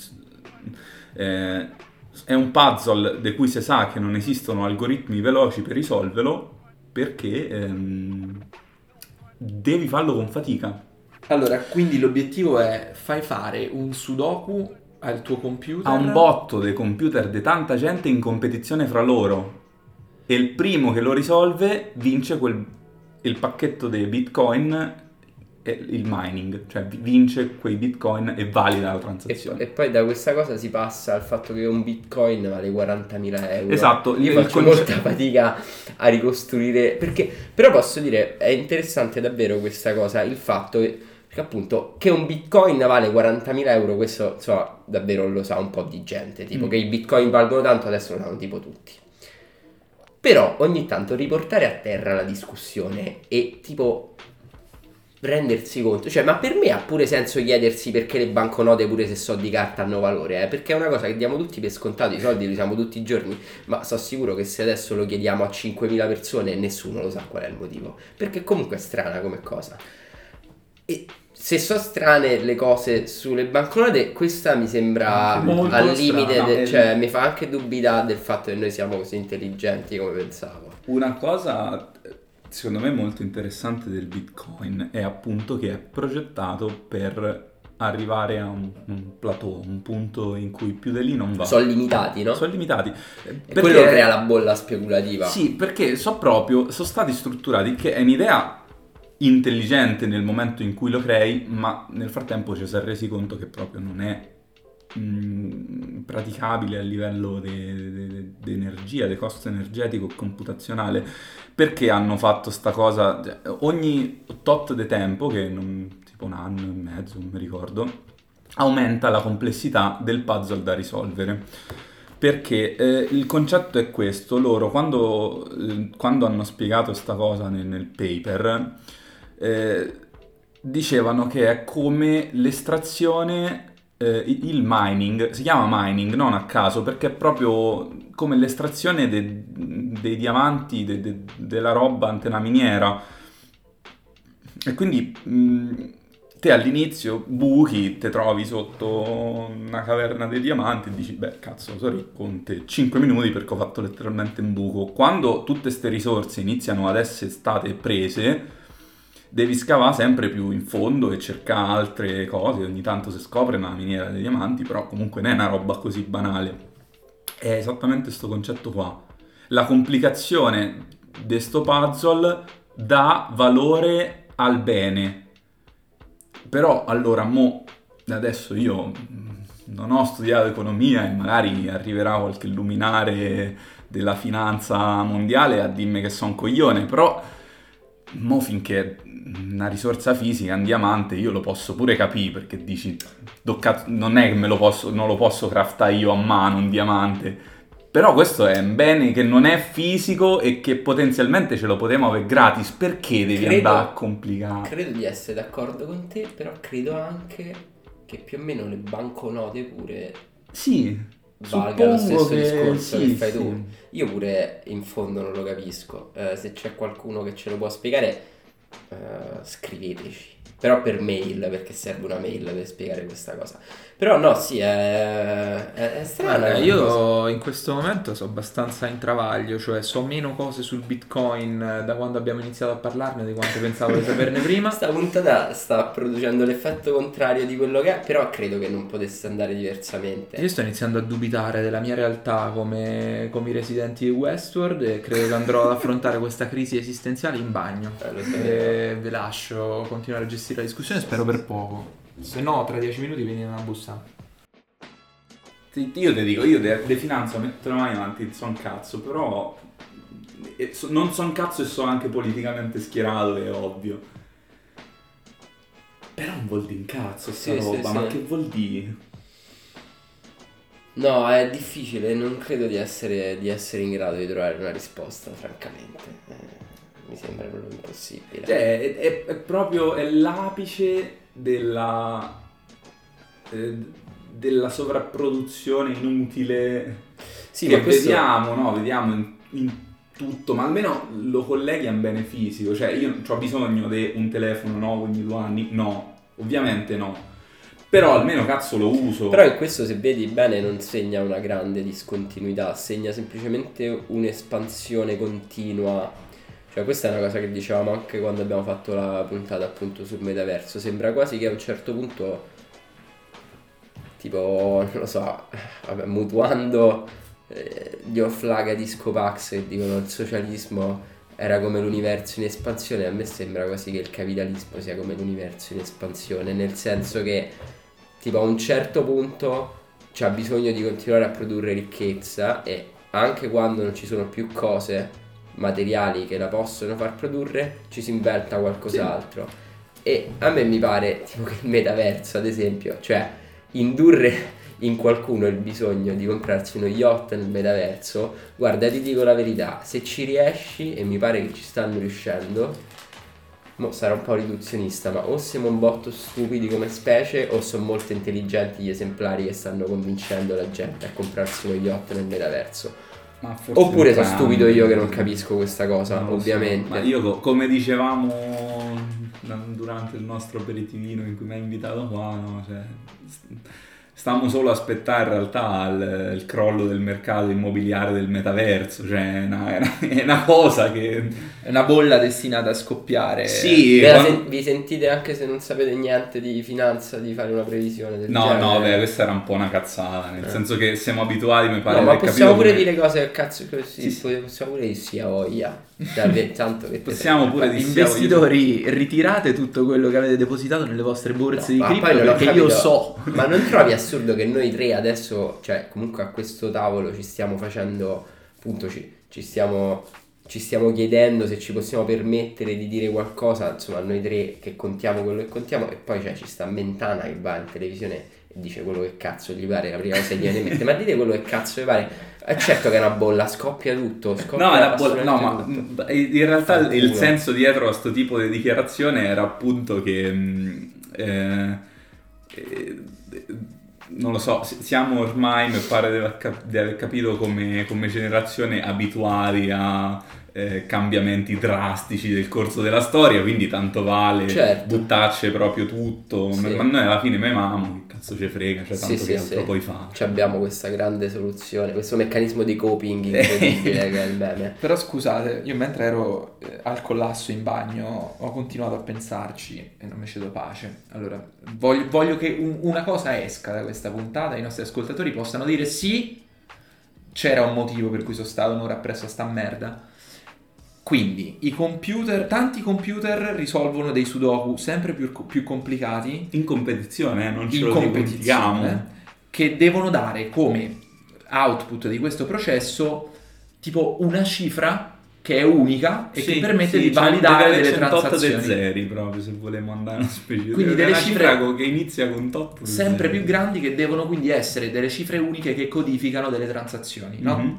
Speaker 3: eh, è un puzzle di cui si sa che non esistono algoritmi veloci per risolverlo perché ehm, devi farlo con fatica.
Speaker 2: Allora, quindi l'obiettivo è fai fare un sudoku al tuo computer.
Speaker 3: Ha un botto dei computer di tanta gente in competizione fra loro e il primo che lo risolve vince quel, il pacchetto dei bitcoin e il mining, cioè vince quei bitcoin e valida la
Speaker 4: E,
Speaker 3: transazione.
Speaker 4: e poi da questa cosa si passa al fatto che un bitcoin vale quarantamila euro.
Speaker 3: Esatto,
Speaker 4: Io
Speaker 3: il
Speaker 4: faccio
Speaker 3: conce-
Speaker 4: molta fatica a ricostruire, perché però posso dire è interessante davvero questa cosa, il fatto che, perché appunto che un bitcoin vale quarantamila euro, questo insomma davvero lo sa un po' di gente, tipo
Speaker 3: Mm.
Speaker 4: che i bitcoin valgono tanto adesso lo sanno tipo tutti. Però ogni tanto riportare a terra la discussione e tipo rendersi conto, cioè ma per me ha pure senso chiedersi perché le banconote pure se so di carta hanno valore, eh? Perché è una cosa che diamo tutti per scontato, i soldi li usiamo tutti i giorni, ma sono sicuro che se adesso lo chiediamo a cinquemila persone nessuno lo sa qual è il motivo, perché comunque è strana come cosa. E se sono strane le cose sulle banconote, questa mi sembra
Speaker 2: Molto
Speaker 4: al limite,
Speaker 3: strana.
Speaker 4: de- cioè mi fa anche dubitare del fatto che noi siamo così intelligenti come pensavo.
Speaker 3: Una cosa secondo me molto interessante del bitcoin è appunto che è progettato per arrivare a un, un plateau, un punto in cui più di lì non va.
Speaker 4: Sono limitati, no?
Speaker 3: Sono limitati.
Speaker 4: E quello crea la bolla speculativa.
Speaker 3: Sì, perché so proprio, sono stati strutturati, che è un'idea intelligente nel momento in cui lo crei, ma nel frattempo ci si è resi conto che proprio non è mh, praticabile a livello di energia, di costo energetico e computazionale. Perché hanno fatto sta cosa? Cioè, ogni tot di tempo, che non, tipo un anno e mezzo, non mi ricordo, aumenta la complessità del puzzle da risolvere. Perché eh, il concetto è questo, loro quando, eh, quando hanno spiegato sta cosa nel, nel paper, eh, dicevano che è come l'estrazione, eh, il mining, si chiama mining non a caso, perché è proprio come l'estrazione de- dei diamanti, de- de- della roba ante una miniera. E quindi mh, te all'inizio buchi, te trovi sotto una caverna dei diamanti e dici, beh, cazzo, sono ricco, con te cinque minuti perché ho fatto letteralmente un buco. Quando tutte queste risorse iniziano ad essere state prese, devi scavare sempre più in fondo e cercare altre cose. Ogni tanto si scopre una miniera dei diamanti, però comunque non è una roba così banale. È esattamente questo concetto qua. La complicazione di sto puzzle dà valore al bene. Però allora, mo, adesso io non ho studiato economia e magari arriverà qualche luminare della finanza mondiale a dirmi che sono un coglione, però mo finché una risorsa fisica, un diamante, io lo posso pure capire, perché dici, non è che me lo posso, non lo posso craftare io a mano un diamante. Però questo è un bene che non è fisico e che potenzialmente ce lo potremmo avere gratis. Perché devi
Speaker 4: Credo-
Speaker 3: andare a complicare?
Speaker 4: Credo di essere d'accordo con te, però credo anche che più o meno le banconote pure
Speaker 3: Sì,
Speaker 4: valga lo
Speaker 3: suppongo
Speaker 4: stesso
Speaker 3: che
Speaker 4: discorso
Speaker 3: sì,
Speaker 4: che fai
Speaker 3: sì.
Speaker 4: tu. Io pure in fondo non lo capisco. Eh, se c'è qualcuno che ce lo può spiegare, eh, scriveteci. Però per mail, perché serve una mail per spiegare questa cosa. Però no, sì, è, è, è strana.
Speaker 2: Guarda,
Speaker 4: come
Speaker 2: io
Speaker 4: cosa.
Speaker 2: in questo momento so abbastanza in travaglio, cioè so meno cose sul Bitcoin eh, da quando abbiamo iniziato a parlarne di quante pensavo di saperne prima.
Speaker 4: Questa puntata sta producendo l'effetto contrario di quello che è, però credo che non potesse andare diversamente.
Speaker 2: Io sto iniziando a dubitare della mia realtà come, come i residenti di Westworld e credo che andrò ad affrontare questa crisi esistenziale in bagno.
Speaker 4: Eh, lo sapevo.
Speaker 2: E vi lascio continuare a gestire la discussione, spero per poco. Se no, tra dieci minuti venite a bussare.
Speaker 3: Sì, io ti dico, io de, de finanza metto le mani avanti, so un cazzo, però e so- non so un cazzo e so anche politicamente schierato, è ovvio. Però non vuol dire un cazzo sta
Speaker 4: Sì, sì,
Speaker 3: roba,
Speaker 4: sì.
Speaker 3: ma che vuol dire?
Speaker 4: No, è difficile, non credo di essere, di essere in grado di trovare una risposta, francamente. Eh, mi sembra proprio impossibile.
Speaker 3: Cioè, è, è- è proprio è l'apice della eh, della sovrapproduzione inutile
Speaker 4: sì,
Speaker 3: che
Speaker 4: ma questo...
Speaker 3: vediamo, no? Vediamo in, in tutto, ma almeno lo colleghi a un bene fisico. Cioè, io ho bisogno di un telefono nuovo ogni due anni? No, ovviamente no. Però almeno cazzo lo uso.
Speaker 4: Però in questo, se vedi bene, non segna una grande discontinuità, segna semplicemente un'espansione continua. Cioè, questa è una cosa che dicevamo anche quando abbiamo fatto la puntata appunto sul metaverso. Sembra quasi che a un certo punto, tipo, non lo so, vabbè, mutuando eh, gli Oflaga di Scopax che dicono il socialismo era come l'universo in espansione, a me sembra quasi che il capitalismo sia come l'universo in espansione, nel senso che tipo a un certo punto c'ha bisogno di continuare a produrre ricchezza e anche quando non ci sono più cose materiali che la possono far produrre ci si inventa qualcos'altro. E a me mi pare tipo che il metaverso, ad esempio, cioè indurre in qualcuno il bisogno di comprarsi uno yacht nel metaverso, guarda, ti dico la verità, se ci riesci, e mi pare che ci stanno riuscendo, mo sarà un po' riduzionista, ma o siamo un botto stupidi come specie o sono molto intelligenti gli esemplari che stanno convincendo la gente a comprarsi uno yacht nel metaverso.
Speaker 3: Ma forse
Speaker 4: Oppure sono
Speaker 3: entrambi.
Speaker 4: stupido io che non capisco questa cosa,
Speaker 3: Non lo so.
Speaker 4: ovviamente.
Speaker 3: Ma io, co- come dicevamo durante il nostro aperitivino in cui mi hai invitato qua, no? Cioè, st- stiamo solo a aspettare in realtà il, il crollo del mercato immobiliare del metaverso, cioè è una, è una, è una cosa che...
Speaker 2: È una bolla destinata a scoppiare.
Speaker 3: Sì,
Speaker 4: Ve la
Speaker 3: quando-
Speaker 4: sen- vi sentite, anche se non sapete niente di finanza, di fare una previsione del
Speaker 3: No,
Speaker 4: genere?
Speaker 3: no, beh, questa era un po' una cazzata, nel
Speaker 4: Eh.
Speaker 3: senso che siamo abituati, mi pare,
Speaker 4: No, ma
Speaker 3: aver
Speaker 4: possiamo
Speaker 3: capito
Speaker 4: pure
Speaker 3: come-
Speaker 4: dire cose che cazzo che sì,
Speaker 3: Sì, sì.
Speaker 4: possiamo pure dire sì a voglia. Cioè, tanto che te-
Speaker 3: Possiamo pure dire sì a
Speaker 2: Investitori, ritirate tutto quello che avete depositato nelle vostre borse
Speaker 4: No,
Speaker 2: di
Speaker 4: ma
Speaker 2: cripto
Speaker 4: poi non ho
Speaker 2: perché io
Speaker 4: capito.
Speaker 2: so.
Speaker 4: Ma non trovi assurdo che noi tre adesso, cioè comunque a questo tavolo ci stiamo facendo, appunto ci, ci stiamo ci stiamo chiedendo se ci possiamo permettere di dire qualcosa, insomma noi tre che contiamo quello che contiamo, e poi cioè, ci sta Mentana che va in televisione e dice quello che cazzo gli pare, la prima cosa che gli viene in mente, ma dite quello che cazzo gli pare, è certo che è una bolla, scoppia tutto, scoppia
Speaker 3: No, è una bolla, no, ma
Speaker 4: tutto.
Speaker 3: in realtà
Speaker 4: Fanculo.
Speaker 3: il senso dietro a questo tipo di dichiarazione era appunto che mh, eh, eh, non lo so, siamo ormai, mi pare di aver, cap- di aver capito come, come generazione abituati a eh, cambiamenti drastici del corso della storia, quindi tanto vale
Speaker 4: Certo.
Speaker 3: buttarci proprio tutto,
Speaker 4: Sì.
Speaker 3: ma noi alla fine memamo, che cazzo ci frega, cioè tanto
Speaker 4: Sì,
Speaker 3: che
Speaker 4: sì,
Speaker 3: altro
Speaker 4: sì.
Speaker 3: poi fa.
Speaker 4: Cioè abbiamo questa grande soluzione, questo meccanismo di coping incredibile che è il meme.
Speaker 2: Però scusate, io mentre ero eh, al collasso in bagno ho continuato a pensarci e non mi cedo pace. Allora, voglio, voglio che un- una cosa esca da questa puntata, i nostri ascoltatori possano dire sì, c'era un motivo per cui sono stato un'ora appresso a sta merda. Quindi i computer, tanti computer risolvono dei sudoku sempre più, più complicati
Speaker 3: In competizione, eh, non ce
Speaker 2: in
Speaker 3: lo
Speaker 2: competizione,
Speaker 3: dimentichiamo.
Speaker 2: che devono dare come output di questo processo tipo una cifra che è unica e
Speaker 3: Sì,
Speaker 2: che permette
Speaker 3: sì,
Speaker 2: di
Speaker 3: cioè,
Speaker 2: validare
Speaker 3: deve
Speaker 2: delle
Speaker 3: avere centotto
Speaker 2: transazioni
Speaker 3: dei zeri proprio, se vogliamo andare a specificare.
Speaker 2: Quindi delle
Speaker 3: una
Speaker 2: cifre
Speaker 3: cifra co- che inizia con tot
Speaker 2: sempre più grandi, che devono quindi essere delle cifre uniche che codificano delle transazioni, no?
Speaker 3: Mm-hmm.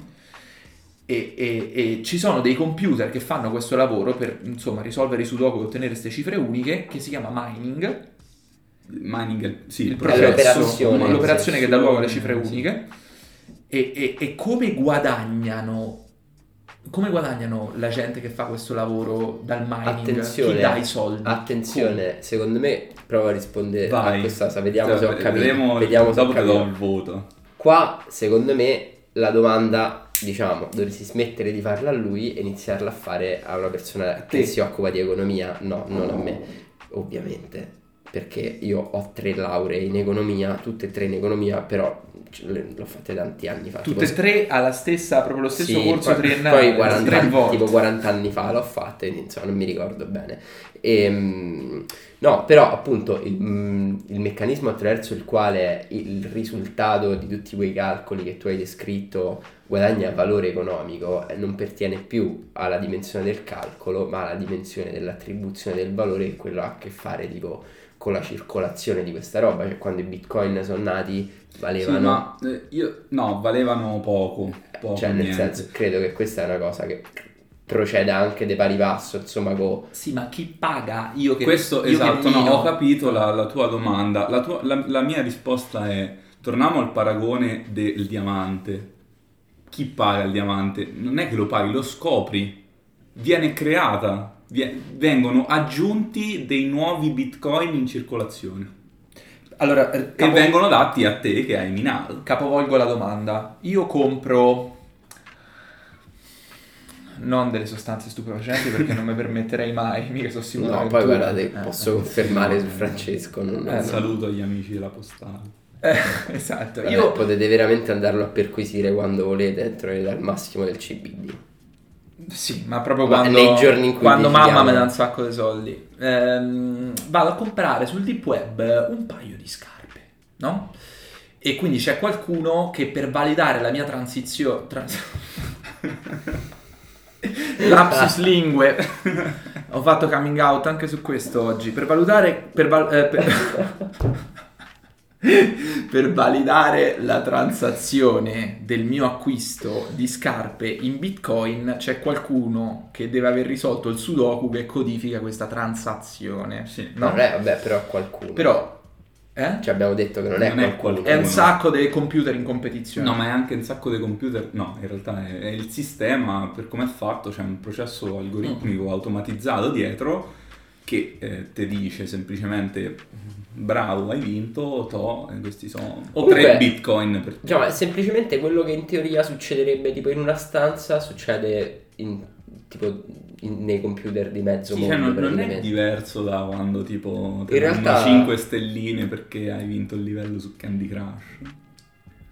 Speaker 2: E, e- e ci sono dei computer che fanno questo lavoro per, insomma, risolvere i sudoku e ottenere queste cifre uniche, che si chiama mining,
Speaker 3: Mining, sì,
Speaker 2: il
Speaker 3: il
Speaker 2: processo,
Speaker 4: l'operazione,
Speaker 2: l'operazione che dà luogo alle cifre
Speaker 3: sì.
Speaker 2: uniche. E, e- e come guadagnano come guadagnano la gente che fa questo lavoro dal mining?
Speaker 4: Attenzione,
Speaker 2: Chi dà i soldi?
Speaker 4: attenzione, secondo me provo a rispondere
Speaker 3: Vai.
Speaker 4: a questa cosa, vediamo se ho capito.
Speaker 3: Vedremo,
Speaker 4: Vediamo se ho
Speaker 3: dopo te do
Speaker 4: capito.
Speaker 3: il voto.
Speaker 4: Qua, secondo me, la domanda, diciamo, dovresti smettere di farla a lui e iniziarla a fare a una persona che
Speaker 2: te.
Speaker 4: si occupa di economia. No, non a me, ovviamente, perché io ho tre lauree in economia, tutte e tre in economia, però ce le- l'ho fatte tanti anni fa.
Speaker 2: Tutte e
Speaker 4: tipo-
Speaker 2: tre alla stessa, proprio lo stesso
Speaker 4: Sì,
Speaker 2: corso
Speaker 4: poi,
Speaker 2: triennale,
Speaker 4: poi quaranta
Speaker 2: tre
Speaker 4: anni,
Speaker 2: volte.
Speaker 4: tipo quaranta anni fa l'ho fatta, quindi insomma non mi ricordo bene. Ehm, no, però appunto il, mm, il meccanismo attraverso il quale il risultato di tutti quei calcoli che tu hai descritto guadagna valore economico eh, non pertiene più alla dimensione del calcolo, ma alla dimensione dell'attribuzione del valore, che quello ha a che fare tipo con la circolazione di questa roba. Cioè quando i bitcoin sono nati valevano...
Speaker 3: Sì, ma eh, io no, valevano poco, poco
Speaker 4: Cioè, nel
Speaker 3: niente.
Speaker 4: senso, credo che questa è una cosa che procede anche di pari passo, insomma, con...
Speaker 2: Sì, ma chi paga? Io che
Speaker 3: Questo,
Speaker 2: io
Speaker 3: esatto,
Speaker 2: che
Speaker 3: no,
Speaker 2: mino.
Speaker 3: ho capito la, la tua domanda. La, tua- la- la mia risposta è, torniamo al paragone del diamante. Chi paga il diamante? Non è che lo paghi, lo scopri. Viene creata, vie- vengono aggiunti dei nuovi bitcoin in circolazione.
Speaker 2: Allora, eh,
Speaker 3: E
Speaker 2: capo-
Speaker 3: vengono dati a te che hai minato.
Speaker 2: capovolgo la domanda. Io compro non delle sostanze stupefacenti perché non mi permetterei mai, mica sono sicuro.
Speaker 4: No,
Speaker 2: che
Speaker 4: poi
Speaker 2: tu-
Speaker 4: guardate,
Speaker 2: eh,
Speaker 4: posso
Speaker 2: eh.
Speaker 4: confermare su Francesco. Non,
Speaker 3: Un
Speaker 4: non-
Speaker 3: saluto agli amici della postale.
Speaker 2: Eh, esatto.
Speaker 4: Vabbè,
Speaker 2: Io
Speaker 4: potete veramente andarlo a perquisire quando volete, troverete al massimo del C B D.
Speaker 2: sì, ma proprio
Speaker 4: Ma
Speaker 2: quando,
Speaker 4: nei giorni in cui
Speaker 2: quando
Speaker 4: ti
Speaker 2: mamma
Speaker 4: chiamano.
Speaker 2: mi dà un sacco di soldi, ehm, vado a comprare sul deep web un paio di scarpe, no? E quindi c'è qualcuno che per validare la mia transizione... trans- Lapsus lingue. Ho fatto coming out anche su questo oggi. Per valutare... Per, val- eh, per... per validare la transazione del mio acquisto di scarpe in Bitcoin c'è qualcuno che deve aver risolto il sudoku che codifica questa transazione.
Speaker 3: Sì.
Speaker 2: No?
Speaker 4: Non è, vabbè, però è qualcuno.
Speaker 2: Però eh?
Speaker 4: Cioè abbiamo detto che non è
Speaker 3: Non è
Speaker 4: qualcuno.
Speaker 3: qualcuno.
Speaker 2: È un sacco dei computer in competizione.
Speaker 3: No, ma è anche un sacco dei computer. No, in realtà è, è il sistema, per come è fatto, c'è un processo algoritmico
Speaker 2: Mm.
Speaker 3: automatizzato dietro che eh, ti dice semplicemente bravo, hai vinto, to, e questi sono
Speaker 4: Comunque,
Speaker 3: tre bitcoin per te.
Speaker 4: Diciamo, è semplicemente quello che in teoria succederebbe tipo in una stanza, succede in, tipo in- nei computer di mezzo
Speaker 3: Sì,
Speaker 4: mondo.
Speaker 3: cioè, non, non è
Speaker 4: praticamente.
Speaker 3: diverso da quando tipo ti
Speaker 4: In
Speaker 3: danno
Speaker 4: realtà-
Speaker 3: cinque stelline perché hai vinto il livello su Candy Crush.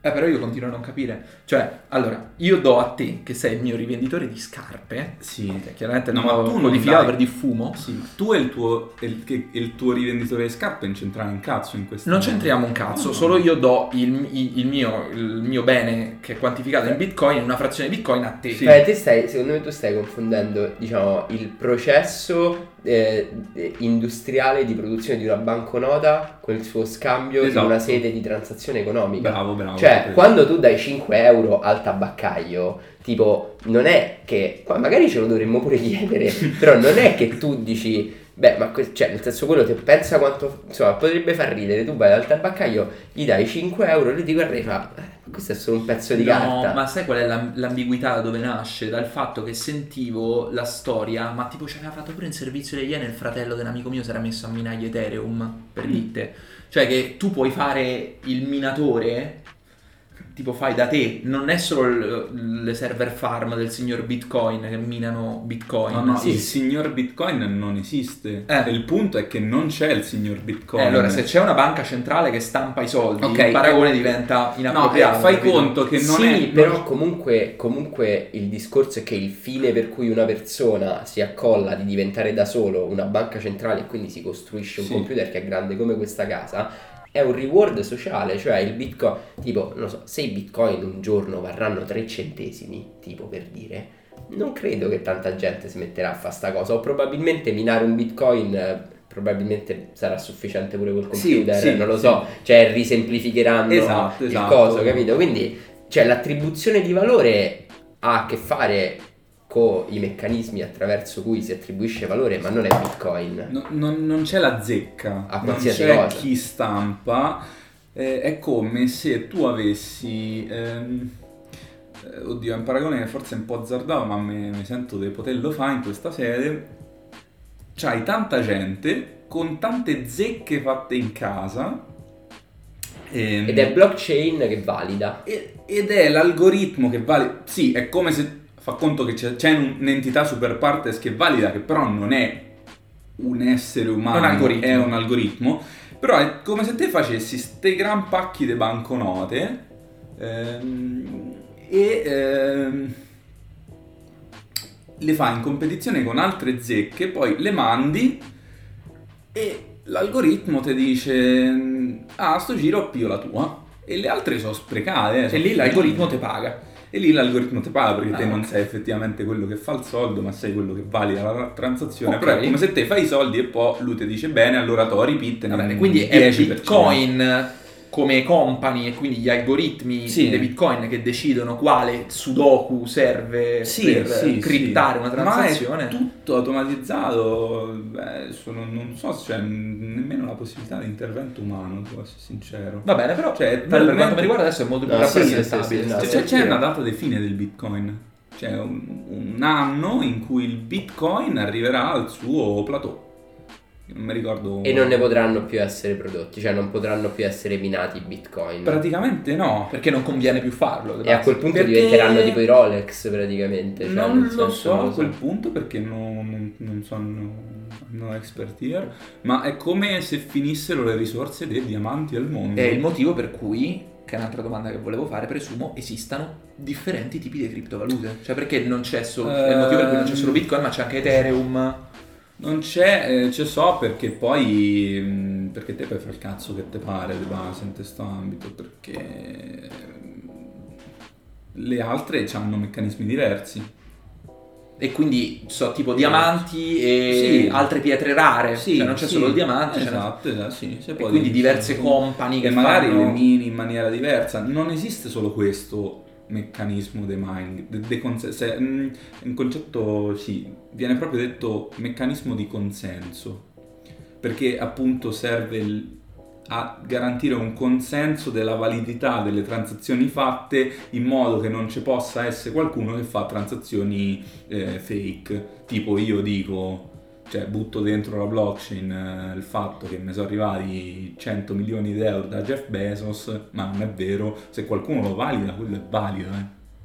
Speaker 2: Eh, però io continuo a non capire. Cioè, allora, io do a te, che sei il mio rivenditore di scarpe,
Speaker 3: Sì.
Speaker 2: che chiaramente
Speaker 3: No,
Speaker 2: non
Speaker 3: ma
Speaker 2: ho
Speaker 3: tu non
Speaker 2: codificato
Speaker 3: dai-
Speaker 2: per di fumo.
Speaker 3: Sì, ma tu e il tuo, e il, che- il tuo rivenditore di scarpe non c'entrano un cazzo in questo.
Speaker 2: Non c'entriamo un cazzo,
Speaker 3: No.
Speaker 2: solo io do il, il- il mio, il mio bene che è quantificato in bitcoin, una frazione di bitcoin a te.
Speaker 3: Sì.
Speaker 4: Beh, te stai, secondo me tu stai confondendo, diciamo, il processo eh, eh, industriale di produzione di una banconota con il suo scambio
Speaker 3: Esatto.
Speaker 4: di una sede di transazione economica.
Speaker 3: Bravo, bravo.
Speaker 4: Cioè,
Speaker 3: proprio.
Speaker 4: quando tu dai cinque euro al tabaccaio, tipo, non è che, qua magari ce lo dovremmo pure chiedere, però non è che tu dici, beh, ma que- cioè, nel senso, quello te pensa quanto, insomma, potrebbe far ridere, tu vai dal tabaccaio, gli dai cinque euro, lui ti guarda e fa, "Eh, questo è solo un pezzo di
Speaker 2: No,
Speaker 4: carta."
Speaker 2: ma sai qual è l'am- l'ambiguità da dove nasce? Dal fatto che sentivo la storia, ma tipo ci aveva fatto pure in servizio degli Iene, il fratello dell'amico mio si era messo a minare Ethereum, per dite. Cioè che tu puoi fare il minatore, tipo fai da te, non è solo il- le server farm del signor Bitcoin che minano Bitcoin.
Speaker 3: No, no,
Speaker 2: Sì.
Speaker 3: il signor Bitcoin non esiste.
Speaker 2: Eh.
Speaker 3: Il punto è che non c'è il signor Bitcoin.
Speaker 2: Eh, allora, se c'è una banca centrale che stampa i soldi,
Speaker 3: Ok,
Speaker 2: il paragone
Speaker 3: eh,
Speaker 2: diventa
Speaker 3: No,
Speaker 2: inappropriato.
Speaker 3: eh, fai
Speaker 2: capito?
Speaker 3: conto che non
Speaker 4: sì,
Speaker 3: è...
Speaker 4: però
Speaker 3: non-
Speaker 4: comunque, comunque il discorso è che il fine per cui una persona si accolla di diventare da solo una banca centrale e quindi si costruisce un
Speaker 3: Sì.
Speaker 4: computer che è grande come questa casa è un reward sociale, cioè il bitcoin, tipo, non lo so, se i bitcoin un giorno varranno tre centesimi, tipo per dire, non credo che tanta gente si metterà a fare sta cosa, o probabilmente minare un bitcoin eh, probabilmente sarà sufficiente pure col
Speaker 3: Sì,
Speaker 4: computer,
Speaker 3: sì,
Speaker 4: non lo
Speaker 3: sì.
Speaker 4: so, cioè risemplificheranno
Speaker 3: Esatto,
Speaker 4: il
Speaker 3: esatto.
Speaker 4: coso, capito? Quindi, cioè, l'attribuzione di valore ha a che fare con i meccanismi attraverso cui si attribuisce valore, ma non è bitcoin.
Speaker 3: No- non, non c'è la zecca,
Speaker 4: A
Speaker 3: non
Speaker 4: qualsiasi
Speaker 3: c'è
Speaker 4: cosa.
Speaker 3: chi stampa, eh, è come se tu avessi, ehm, eh, oddio è un paragone forse un po' azzardato ma me- mi sento di poterlo fare in questa sede, c'hai tanta gente con tante zecche fatte in casa ehm,
Speaker 4: Ed è blockchain che valida.
Speaker 3: e- ed è l'algoritmo che vale, sì, è come se fa conto che c'è, c'è un'entità super partes che valida, che però non è un essere umano,
Speaker 2: Un algoritmo.
Speaker 3: è un algoritmo, però è come se te facessi ste gran pacchi di banconote ehm, e ehm, le fai in competizione con altre zecche, poi le mandi e l'algoritmo ti dice ah, a sto giro pio la tua e le altre sono sprecate, eh,
Speaker 2: E
Speaker 3: sono
Speaker 2: lì l'algoritmo
Speaker 3: finite.
Speaker 2: ti paga.
Speaker 3: E lì l'algoritmo ti paga perché te
Speaker 2: Ah,
Speaker 3: non
Speaker 2: ok.
Speaker 3: sei effettivamente quello che fa il soldo, ma sei quello che valida la tra- transazione.
Speaker 2: Ok.
Speaker 3: Però è come se te fai i soldi e poi lui ti dice bene, allora tu ripitte.
Speaker 2: Va bene, quindi è Bitcoin come company e quindi gli algoritmi
Speaker 3: Sì.
Speaker 2: dei Bitcoin che decidono quale sudoku serve
Speaker 3: Sì,
Speaker 2: per
Speaker 3: sì,
Speaker 2: criptare
Speaker 3: sì.
Speaker 2: una transazione.
Speaker 3: Ma è tutto automatizzato. Beh, adesso non, non so se c'è nemmeno la possibilità di intervento umano, devo essere sincero.
Speaker 2: Va bene, però,
Speaker 3: Cioè,
Speaker 2: per quanto
Speaker 3: talmente-
Speaker 2: mi riguarda adesso è molto più
Speaker 4: No, sì,
Speaker 2: rappresentabile.
Speaker 4: sì, sì, sì,
Speaker 3: C'è,
Speaker 4: no,
Speaker 3: c'è
Speaker 4: sì.
Speaker 3: una data di fine del Bitcoin. C'è un, un anno in cui il Bitcoin arriverà al suo plateau. Non mi ricordo.
Speaker 4: E non ne potranno più essere prodotti, cioè non potranno più essere minati bitcoin.
Speaker 3: Praticamente no.
Speaker 2: Perché non conviene più farlo.
Speaker 4: E a quel punto
Speaker 3: Perché-
Speaker 4: diventeranno tipo i Rolex praticamente. Cioè,
Speaker 3: non
Speaker 4: nel
Speaker 3: lo
Speaker 4: senso,
Speaker 3: so
Speaker 4: non
Speaker 3: a quel punto perché non, non, non sono no expert here, ma è come se finissero le risorse dei diamanti al mondo.
Speaker 2: È il motivo per cui, che è un'altra domanda che volevo fare, presumo esistano differenti tipi di criptovalute. Cioè perché non c'è solo, è il motivo per cui non c'è solo Bitcoin, ma c'è anche Ethereum.
Speaker 3: Non c'è, eh, c'è so perché poi mh, perché te puoi fare il cazzo che te pare di base in questo ambito, perché mh, le altre hanno meccanismi diversi.
Speaker 2: E quindi so tipo diamanti e
Speaker 3: Sì.
Speaker 2: altre pietre rare.
Speaker 3: Sì,
Speaker 2: Cioè non c'è
Speaker 3: sì,
Speaker 2: solo il diamante, ce n'è-
Speaker 3: esatto, esatto, sì, se
Speaker 2: E
Speaker 3: può
Speaker 2: quindi
Speaker 3: dire,
Speaker 2: diverse
Speaker 3: sì.
Speaker 2: company che
Speaker 3: e magari
Speaker 2: fanno-
Speaker 3: le mini in maniera diversa. Non esiste solo questo meccanismo dei mining, de- de conse- se- mh, un concetto sì, viene proprio detto meccanismo di consenso, perché appunto serve il- a garantire un consenso della validità delle transazioni fatte in modo che non ci possa essere qualcuno che fa transazioni eh, fake, tipo io dico, cioè butto dentro la blockchain eh, il fatto che mi sono arrivati cento milioni di euro da Jeff Bezos, ma non è vero, se qualcuno lo valida quello è valido, eh.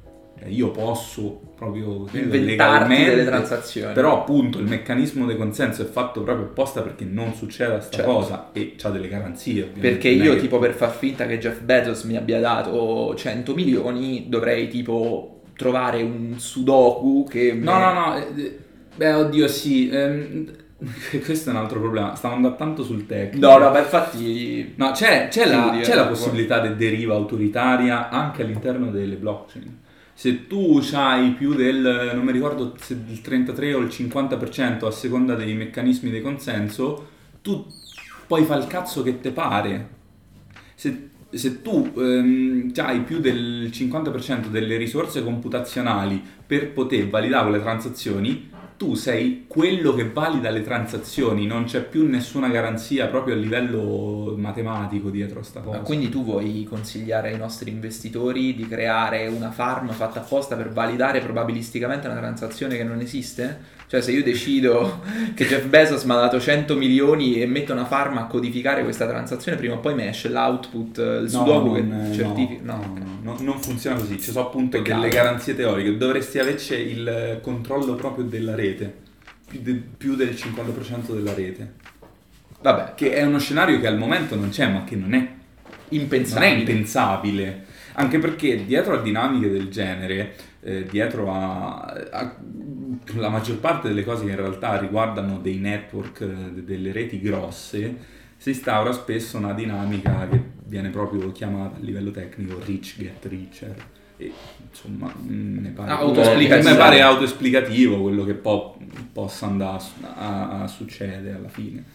Speaker 3: tecnica, io posso proprio
Speaker 2: inventarti
Speaker 3: legalmente,
Speaker 2: delle transazioni.
Speaker 3: però appunto il meccanismo di consenso è fatto proprio apposta perché non succeda sta
Speaker 2: Certo.
Speaker 3: cosa e c'ha delle garanzie ovviamente.
Speaker 2: Perché
Speaker 3: non è
Speaker 2: io
Speaker 3: che-
Speaker 2: tipo per far finta che Jeff Bezos mi abbia dato cento milioni dovrei tipo trovare un sudoku che...
Speaker 3: No, no, no, eh, beh oddio sì, ehm, questo è un altro problema, stiamo andando tanto sul tecnico.
Speaker 2: No, no, ma infatti...
Speaker 3: No, c'è, c'è la,
Speaker 2: Chiudi,
Speaker 3: c'è
Speaker 2: eh,
Speaker 3: la
Speaker 2: dopo.
Speaker 3: possibilità di deriva autoritaria anche all'interno delle blockchain. Se tu hai più del, non mi ricordo se il trentatré o il cinquanta per cento a seconda dei meccanismi di consenso, tu puoi fare il cazzo che te pare. Se, se tu ehm, hai più del cinquanta per cento delle risorse computazionali per poter validare quelle transazioni, tu sei quello che valida le transazioni, non c'è più nessuna garanzia proprio a livello matematico dietro a sta cosa.
Speaker 2: Ma quindi tu vuoi consigliare ai nostri investitori di creare una farm fatta apposta per validare probabilisticamente una transazione che non esiste? Cioè se io decido che Jeff Bezos mi ha dato cento milioni e metto una farm a codificare questa transazione, prima o poi mi esce l'output, il
Speaker 3: No,
Speaker 2: sudoku
Speaker 3: non-
Speaker 2: che certifica...
Speaker 3: no,
Speaker 2: No,
Speaker 3: no, no, non funziona così, ci sono appunto
Speaker 2: Peccato.
Speaker 3: delle garanzie teoriche, dovresti averci il controllo proprio della rete, più, de- più del cinquanta per cento della rete,
Speaker 2: Vabbè,
Speaker 3: che è uno scenario che al momento non c'è, ma che non è, non è
Speaker 2: impensabile.
Speaker 3: impensabile, anche perché dietro a dinamiche del genere, eh, dietro a, a- la maggior parte delle cose che in realtà riguardano dei network, eh, delle reti grosse, si instaura spesso una dinamica che viene proprio chiamata a livello tecnico rich get richer e insomma mh, ne pare,
Speaker 2: Autoesplicativo.
Speaker 3: mi pare autoesplicativo quello che po- possa andare a, a, a succedere alla fine.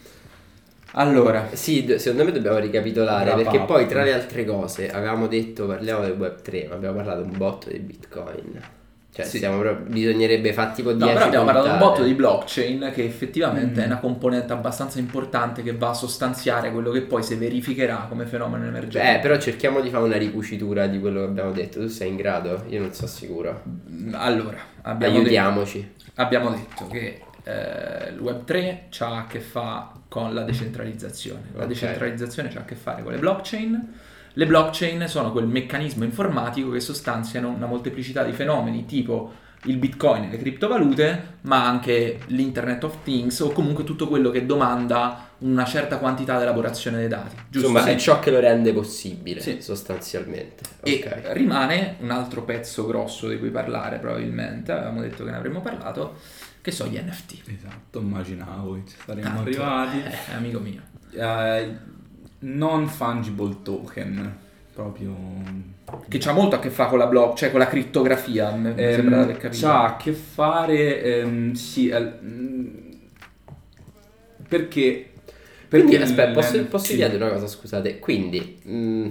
Speaker 2: Allora,
Speaker 4: Sì, do- secondo me dobbiamo ricapitolare,
Speaker 3: Wrap
Speaker 4: perché
Speaker 3: up.
Speaker 4: poi tra le altre cose avevamo detto parliamo del web tre, ma abbiamo parlato un botto di Bitcoin. Cioè
Speaker 2: Sì.
Speaker 4: stiamo proprio- bisognerebbe fare tipo
Speaker 2: no,
Speaker 4: dieci
Speaker 2: però abbiamo parlato un
Speaker 4: puntate.
Speaker 2: botto di blockchain che effettivamente
Speaker 3: Mm.
Speaker 2: è una componente abbastanza importante che va a sostanziare quello che poi si verificherà come fenomeno emergente.
Speaker 4: Eh, però cerchiamo di fare una ricucitura di quello che abbiamo detto. Tu sei in grado? Io non sono sicuro.
Speaker 2: Allora, abbiamo detto,
Speaker 4: Aiutiamoci.
Speaker 2: abbiamo detto che eh, il web tre ha a che fare con la decentralizzazione. La
Speaker 4: Ok.
Speaker 2: decentralizzazione ha a che fare con le blockchain. Le blockchain sono quel meccanismo informatico che sostanziano una molteplicità di fenomeni tipo il bitcoin e le criptovalute, ma anche l'Internet of Things o comunque tutto quello che domanda una certa quantità di elaborazione dei dati. Giusto?
Speaker 4: Insomma,
Speaker 2: Sì.
Speaker 4: è ciò che lo rende possibile,
Speaker 2: Sì.
Speaker 4: sostanzialmente.
Speaker 2: E
Speaker 4: Ok.
Speaker 2: rimane un altro pezzo grosso di cui parlare probabilmente, avevamo detto che ne avremmo parlato, che sono gli N F T.
Speaker 3: Esatto, immaginavo che ci saremmo
Speaker 2: Tanto,
Speaker 3: arrivati.
Speaker 2: eh, amico mio.
Speaker 3: Eh, non fungible token, proprio
Speaker 2: Che c'ha molto a che fare con la block, cioè con la crittografia, mi
Speaker 3: Ehm,
Speaker 2: sembra di aver capito.
Speaker 3: c'ha a che fare ehm, sì eh, mh, perché
Speaker 4: Quindi,
Speaker 3: perché
Speaker 4: aspetta,
Speaker 3: il-
Speaker 4: posso, posso
Speaker 3: sì.
Speaker 4: chiedere una cosa, scusate. Quindi, mh,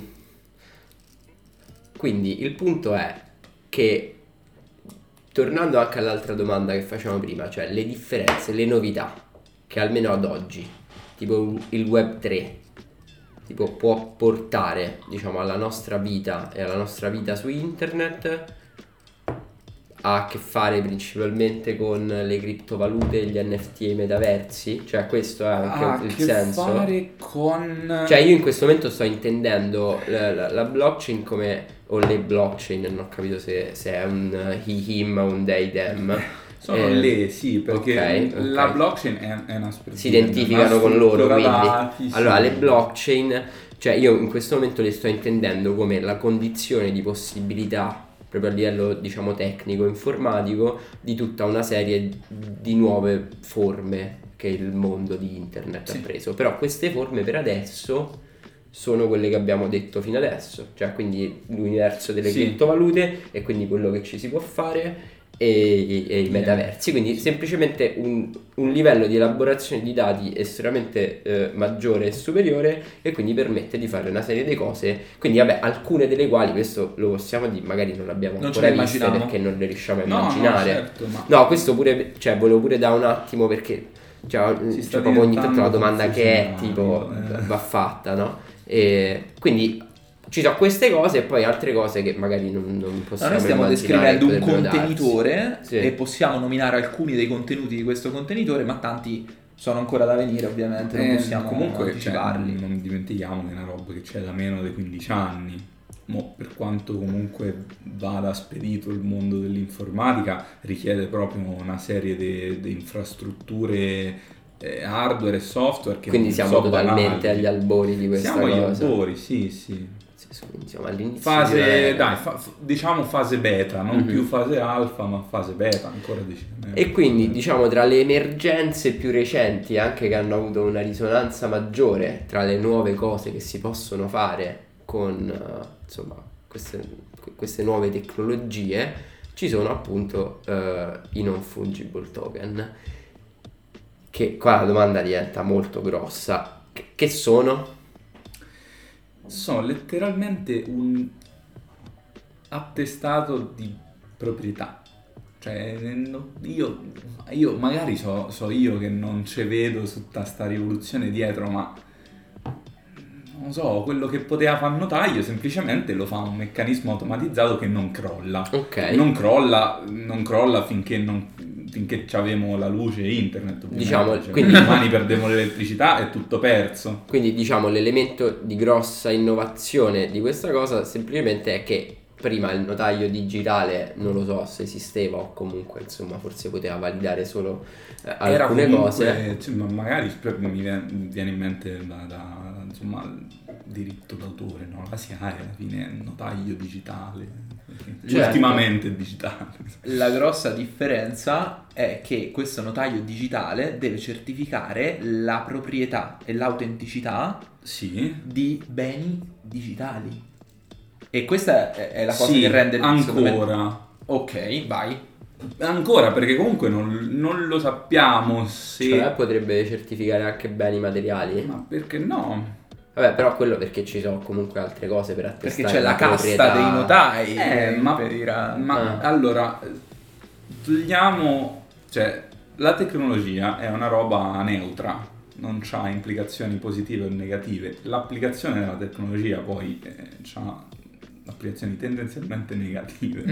Speaker 4: quindi il punto è che, tornando anche all'altra domanda che facevamo prima, cioè le differenze, le novità che almeno ad oggi, tipo il web tre, tipo può portare, diciamo, alla nostra vita e alla nostra vita su internet, ha a che fare principalmente con le criptovalute, gli N F T e i metaversi? Cioè questo è anche
Speaker 3: ha a
Speaker 4: il
Speaker 3: che
Speaker 4: senso?
Speaker 3: fare con
Speaker 4: Cioè io in questo momento sto intendendo la, la- la blockchain come, o le blockchain, non ho capito se, se è un he, him o un they, them.
Speaker 3: sono
Speaker 4: Eh,
Speaker 3: le sì perché
Speaker 4: ok, ok.
Speaker 3: la blockchain è, è una
Speaker 4: Si identificano con loro,
Speaker 3: struttura
Speaker 4: quindi.
Speaker 3: dati, sì.
Speaker 4: Allora, le blockchain, cioè io in questo momento le sto intendendo come la condizione di possibilità, proprio a livello diciamo tecnico, informatico, di tutta una serie di nuove forme che il mondo di internet
Speaker 2: Sì.
Speaker 4: ha preso. Però queste forme per adesso sono quelle che abbiamo detto fino adesso, cioè quindi l'universo delle
Speaker 3: Sì.
Speaker 4: criptovalute e quindi quello che ci si può fare e, e i metaversi, quindi semplicemente un, un livello di elaborazione di dati estremamente eh, maggiore e superiore, e quindi permette di fare una serie di cose, quindi vabbè, alcune delle quali, questo lo possiamo dire, magari non l'abbiamo
Speaker 2: Non ce
Speaker 4: ancora
Speaker 2: le
Speaker 4: viste
Speaker 2: immaginiamo.
Speaker 4: perché non le riusciamo a
Speaker 3: no, no,
Speaker 4: immaginare.
Speaker 3: certo, ma
Speaker 4: No, questo pure, cioè volevo pure da un attimo, perché cioè,
Speaker 3: Si sta
Speaker 4: cioè, proprio ogni tanto la
Speaker 3: diventando
Speaker 4: domanda che è
Speaker 3: confusionario,
Speaker 4: tipo
Speaker 3: eh.
Speaker 4: va fatta, no? E quindi ci sono queste cose e poi altre cose che magari non, non possiamo
Speaker 2: Noi stiamo
Speaker 4: immaginare
Speaker 2: descrivendo un
Speaker 4: potrebbero darsi.
Speaker 2: contenitore
Speaker 4: Sì.
Speaker 2: e possiamo nominare alcuni dei contenuti di questo contenitore, ma tanti sono ancora da venire ovviamente, non
Speaker 3: Eh,
Speaker 2: possiamo
Speaker 3: comunque cioè,
Speaker 2: anticiparli.
Speaker 3: non dimentichiamo che è una roba che c'è da meno di quindici anni, mo, per quanto comunque vada spedito il mondo dell'informatica, richiede proprio una serie di infrastrutture eh, hardware e software che
Speaker 4: quindi
Speaker 3: non
Speaker 4: siamo
Speaker 3: so
Speaker 4: totalmente
Speaker 3: banali.
Speaker 4: agli albori di questa
Speaker 3: siamo
Speaker 4: cosa.
Speaker 3: agli albori, sì, sì.
Speaker 4: Insomma, all'inizio
Speaker 3: Fase,
Speaker 4: di...
Speaker 3: dai, fa, diciamo fase beta, non
Speaker 4: Mm-hmm.
Speaker 3: più fase alfa, ma fase beta, ancora diciamo.
Speaker 4: E quindi diciamo tra le emergenze più recenti, anche che hanno avuto una risonanza maggiore, tra le nuove cose che si possono fare con uh, insomma queste, queste nuove tecnologie, ci sono appunto uh, i non fungible token, che qua la domanda diventa molto grossa. Che, che sono?
Speaker 3: Sono letteralmente un attestato di proprietà. Cioè, io, io magari so, so io che non ci vedo tutta sta rivoluzione dietro, ma non so, quello che poteva fare un notaio semplicemente lo fa un meccanismo automatizzato che non crolla.
Speaker 4: Ok.
Speaker 3: Non crolla, non crolla finché non finché avevamo la luce e internet, ovviamente.
Speaker 4: Diciamo,
Speaker 3: cioè,
Speaker 4: quindi
Speaker 3: domani perdiamo l'elettricità, è tutto perso.
Speaker 4: Quindi diciamo l'elemento di grossa innovazione di questa cosa semplicemente è che prima il notaio digitale non lo so se esisteva o comunque insomma forse poteva validare solo eh,
Speaker 3: Era
Speaker 4: alcune
Speaker 3: comunque,
Speaker 4: cioè,
Speaker 3: cioè, ma magari mi viene, viene in mente da, da insomma il diritto d'autore, no? La S I A E alla fine è un notaio digitale,
Speaker 2: Certo.
Speaker 3: ultimamente digitale.
Speaker 2: La grossa differenza è che questo notaio digitale deve certificare la proprietà e l'autenticità
Speaker 3: Sì.
Speaker 2: di beni digitali. E questa è è la cosa
Speaker 3: Sì,
Speaker 2: che rende secondo me-
Speaker 3: ancora.
Speaker 2: Ok, vai.
Speaker 3: Ancora, perché comunque non, non lo sappiamo se...
Speaker 4: cioè potrebbe certificare anche beni materiali.
Speaker 3: Ma perché no?
Speaker 4: Vabbè, però quello perché ci sono comunque altre cose per attestare
Speaker 2: Perché c'è la casta
Speaker 4: proprietà.
Speaker 2: dei notai.
Speaker 3: Eh, ma,
Speaker 2: impedirà-
Speaker 3: ma
Speaker 4: Ah.
Speaker 3: allora, togliamo... Cioè, la tecnologia è una roba neutra, non ha implicazioni positive o negative. L'applicazione della tecnologia poi eh, ha applicazioni tendenzialmente negative.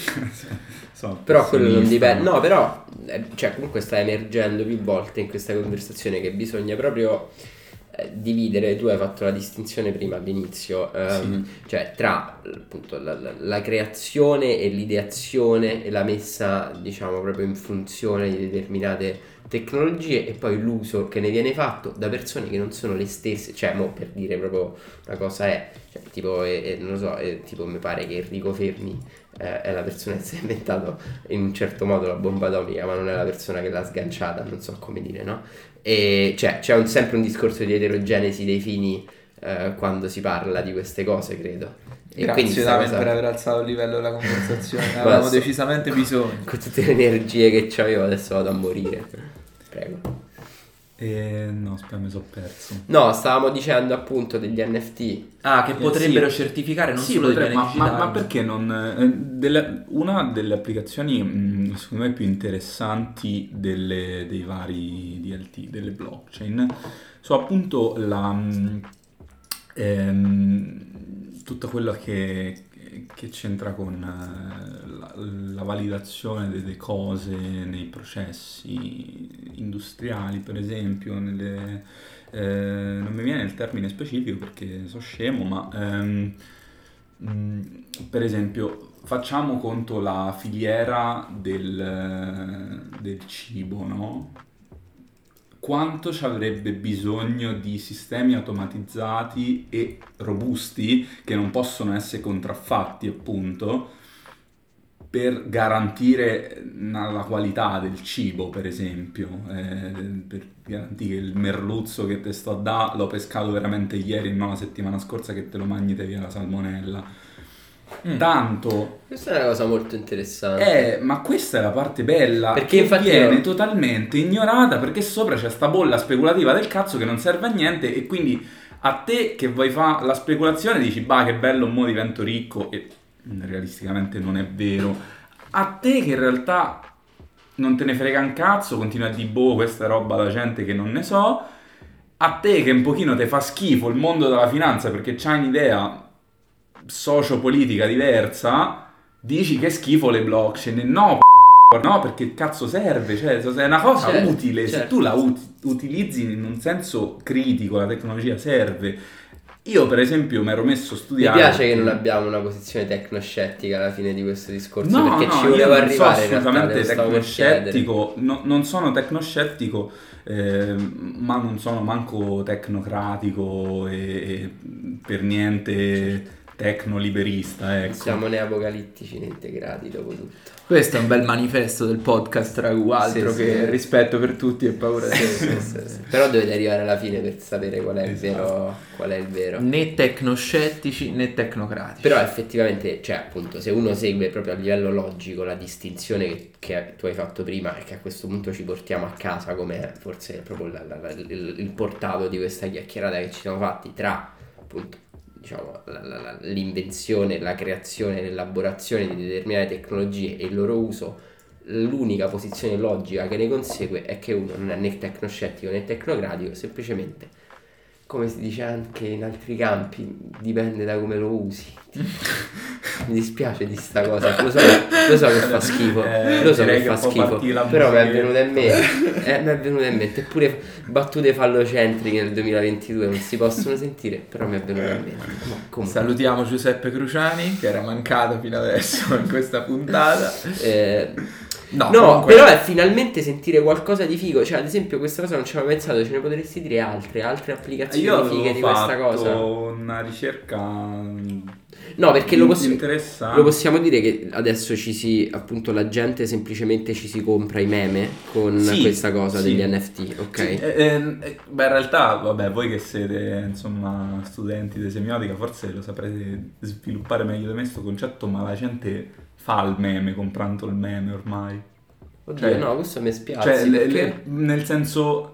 Speaker 3: Sono
Speaker 4: Però quello non
Speaker 3: pessimista,
Speaker 4: dipende.
Speaker 3: ma-
Speaker 4: No, però eh, cioè comunque sta emergendo più volte in questa conversazione che bisogna proprio eh, dividere. Tu hai fatto la distinzione prima all'inizio, ehm, cioè tra appunto la, la- la creazione e l'ideazione e la messa diciamo proprio in funzione di determinate tecnologie e poi l'uso che ne viene fatto da persone che non sono le stesse, cioè mo per dire proprio una cosa è cioè, tipo eh, eh, non lo so, eh, tipo mi pare che Enrico Fermi eh, è la persona che si è inventato in un certo modo la bomba atomica, ma non è la persona che l'ha sganciata, non so come dire, no? E cioè c'è un, sempre un discorso di eterogenesi dei fini eh, quando si parla di queste cose, credo. E quindi
Speaker 2: Grazie
Speaker 4: sta
Speaker 2: David
Speaker 4: cosa-
Speaker 2: per aver alzato il livello della conversazione. Avevamo
Speaker 4: Basta.
Speaker 2: decisamente bisogno.
Speaker 4: con tutte le energie che c'avevo adesso vado a morire. Prego.
Speaker 3: Eh, no, aspetta, mi sono perso.
Speaker 4: No, stavamo dicendo appunto degli N F T.
Speaker 2: Ah, che
Speaker 3: Eh,
Speaker 2: potrebbero
Speaker 3: sì.
Speaker 2: certificare non
Speaker 3: Sì,
Speaker 2: solo
Speaker 3: potrebbe,
Speaker 2: dei beni
Speaker 3: ma, ma-
Speaker 2: digitali.
Speaker 3: ma perché non... eh, delle- una delle applicazioni mh, secondo me più interessanti delle- dei vari D L T, delle blockchain, sono appunto la, mh, ehm, tutta quella che, che c'entra con eh, la, la validazione delle cose nei processi industriali, per esempio, nelle... Eh, non mi viene il termine specifico perché sono scemo, ma ehm, mh, per esempio facciamo conto la filiera del, del cibo, no? Quanto ci avrebbe bisogno di sistemi automatizzati e robusti che non possono essere contraffatti, appunto, per garantire la qualità del cibo, per esempio, eh, per garantire che il merluzzo che te sto a dà l'ho pescato veramente ieri e non la settimana scorsa che te lo mangi te via la salmonella.
Speaker 2: Mm.
Speaker 3: Tanto
Speaker 4: Questa è una cosa molto interessante.
Speaker 3: eh, ma questa è la parte bella,
Speaker 4: Perché
Speaker 3: che
Speaker 4: infatti
Speaker 3: viene
Speaker 4: io-
Speaker 3: totalmente ignorata perché sopra c'è sta bolla speculativa del cazzo che non serve a niente e quindi a te che vuoi fare la speculazione dici bah che bello, mo divento ricco e realisticamente non è vero. A te che in realtà non te ne frega un cazzo, continui a dire boh questa è roba da gente che non ne so, a te che un pochino te fa schifo il mondo della finanza perché c'hai un'idea sociopolitica diversa, dici che schifo le blockchain. No, p***o, no, perché cazzo serve? Cioè, è una cosa
Speaker 4: Certo,
Speaker 3: utile. Se
Speaker 4: certo.
Speaker 3: tu la ut- utilizzi in un senso critico, la tecnologia serve. Io per esempio mi ero messo a studiare.
Speaker 4: Mi piace che non abbiamo una posizione tecnoscettica alla fine di questo discorso,
Speaker 3: no,
Speaker 4: perché
Speaker 3: no,
Speaker 4: ci volevo
Speaker 3: io
Speaker 4: arrivare
Speaker 3: non sono assolutamente
Speaker 4: in realtà, te lo stavo per
Speaker 3: tecnoscettico, no, non sono tecnoscettico, eh, ma non sono manco tecnocratico e, e per niente tecnoliberista, ecco.
Speaker 4: Non siamo né apocalittici né integrati dopo tutto.
Speaker 2: Questo è un bel manifesto del podcast Ragù, altro
Speaker 4: Sì,
Speaker 2: che
Speaker 4: sì.
Speaker 2: rispetto per tutti e paura di
Speaker 4: Sì, sì, sì, sì. Però dovete arrivare alla fine per sapere qual è il
Speaker 3: Esatto.
Speaker 4: vero, qual è il vero.
Speaker 2: né tecnoscettici né tecnocratici.
Speaker 4: Però effettivamente, cioè appunto, se uno segue proprio a livello logico la distinzione che, che tu hai fatto prima e che a questo punto ci portiamo a casa come forse proprio la- la- la- il, il portato di questa chiacchierata che ci siamo fatti tra appunto diciamo la- la- la- l'invenzione, la creazione, l'elaborazione di determinate tecnologie e il loro uso, l'unica posizione logica che ne consegue è che uno non è né tecnoscettico né tecnocratico, semplicemente, come si dice anche in altri campi, dipende da come lo usi. Mi dispiace di sta cosa, lo so, lo so che fa schifo,
Speaker 3: Eh,
Speaker 4: lo so
Speaker 3: direi
Speaker 4: che
Speaker 3: che
Speaker 4: fa
Speaker 3: un po'
Speaker 4: schifo,
Speaker 3: partì la
Speaker 4: però mi è
Speaker 3: musica.
Speaker 4: venuta in mente, eh, mi è venuta in mente, eppure battute fallocentriche nel duemilaventidue non si possono sentire, però mi è venuta in mente. Ma comunque,
Speaker 2: Salutiamo Giuseppe Cruciani, che era mancato fino adesso in questa puntata.
Speaker 4: eh,
Speaker 2: No,
Speaker 4: no,
Speaker 2: comunque-
Speaker 4: però è finalmente sentire qualcosa di figo, cioè ad esempio questa cosa non ci avevo pensato, ce ne potresti dire altre, altre applicazioni
Speaker 3: Io
Speaker 4: fighe
Speaker 3: avevo
Speaker 4: di questa
Speaker 3: fatto
Speaker 4: cosa?
Speaker 3: una ricerca
Speaker 4: No, perché lo, possi-
Speaker 3: interessante.
Speaker 4: lo possiamo dire che adesso ci si, appunto, la gente semplicemente ci si compra i meme con
Speaker 3: Sì,
Speaker 4: questa cosa
Speaker 3: sì.
Speaker 4: degli N F T, ok?
Speaker 3: Sì, eh, eh, beh, in realtà, vabbè, voi che siete insomma studenti di semiotica, forse lo saprete sviluppare meglio di me sto concetto, ma la gente fa il meme comprando il meme ormai.
Speaker 4: Oddio,
Speaker 3: cioè-
Speaker 4: no, questo mi spiace.
Speaker 3: Cioè, le-
Speaker 4: perché...
Speaker 3: le- nel senso,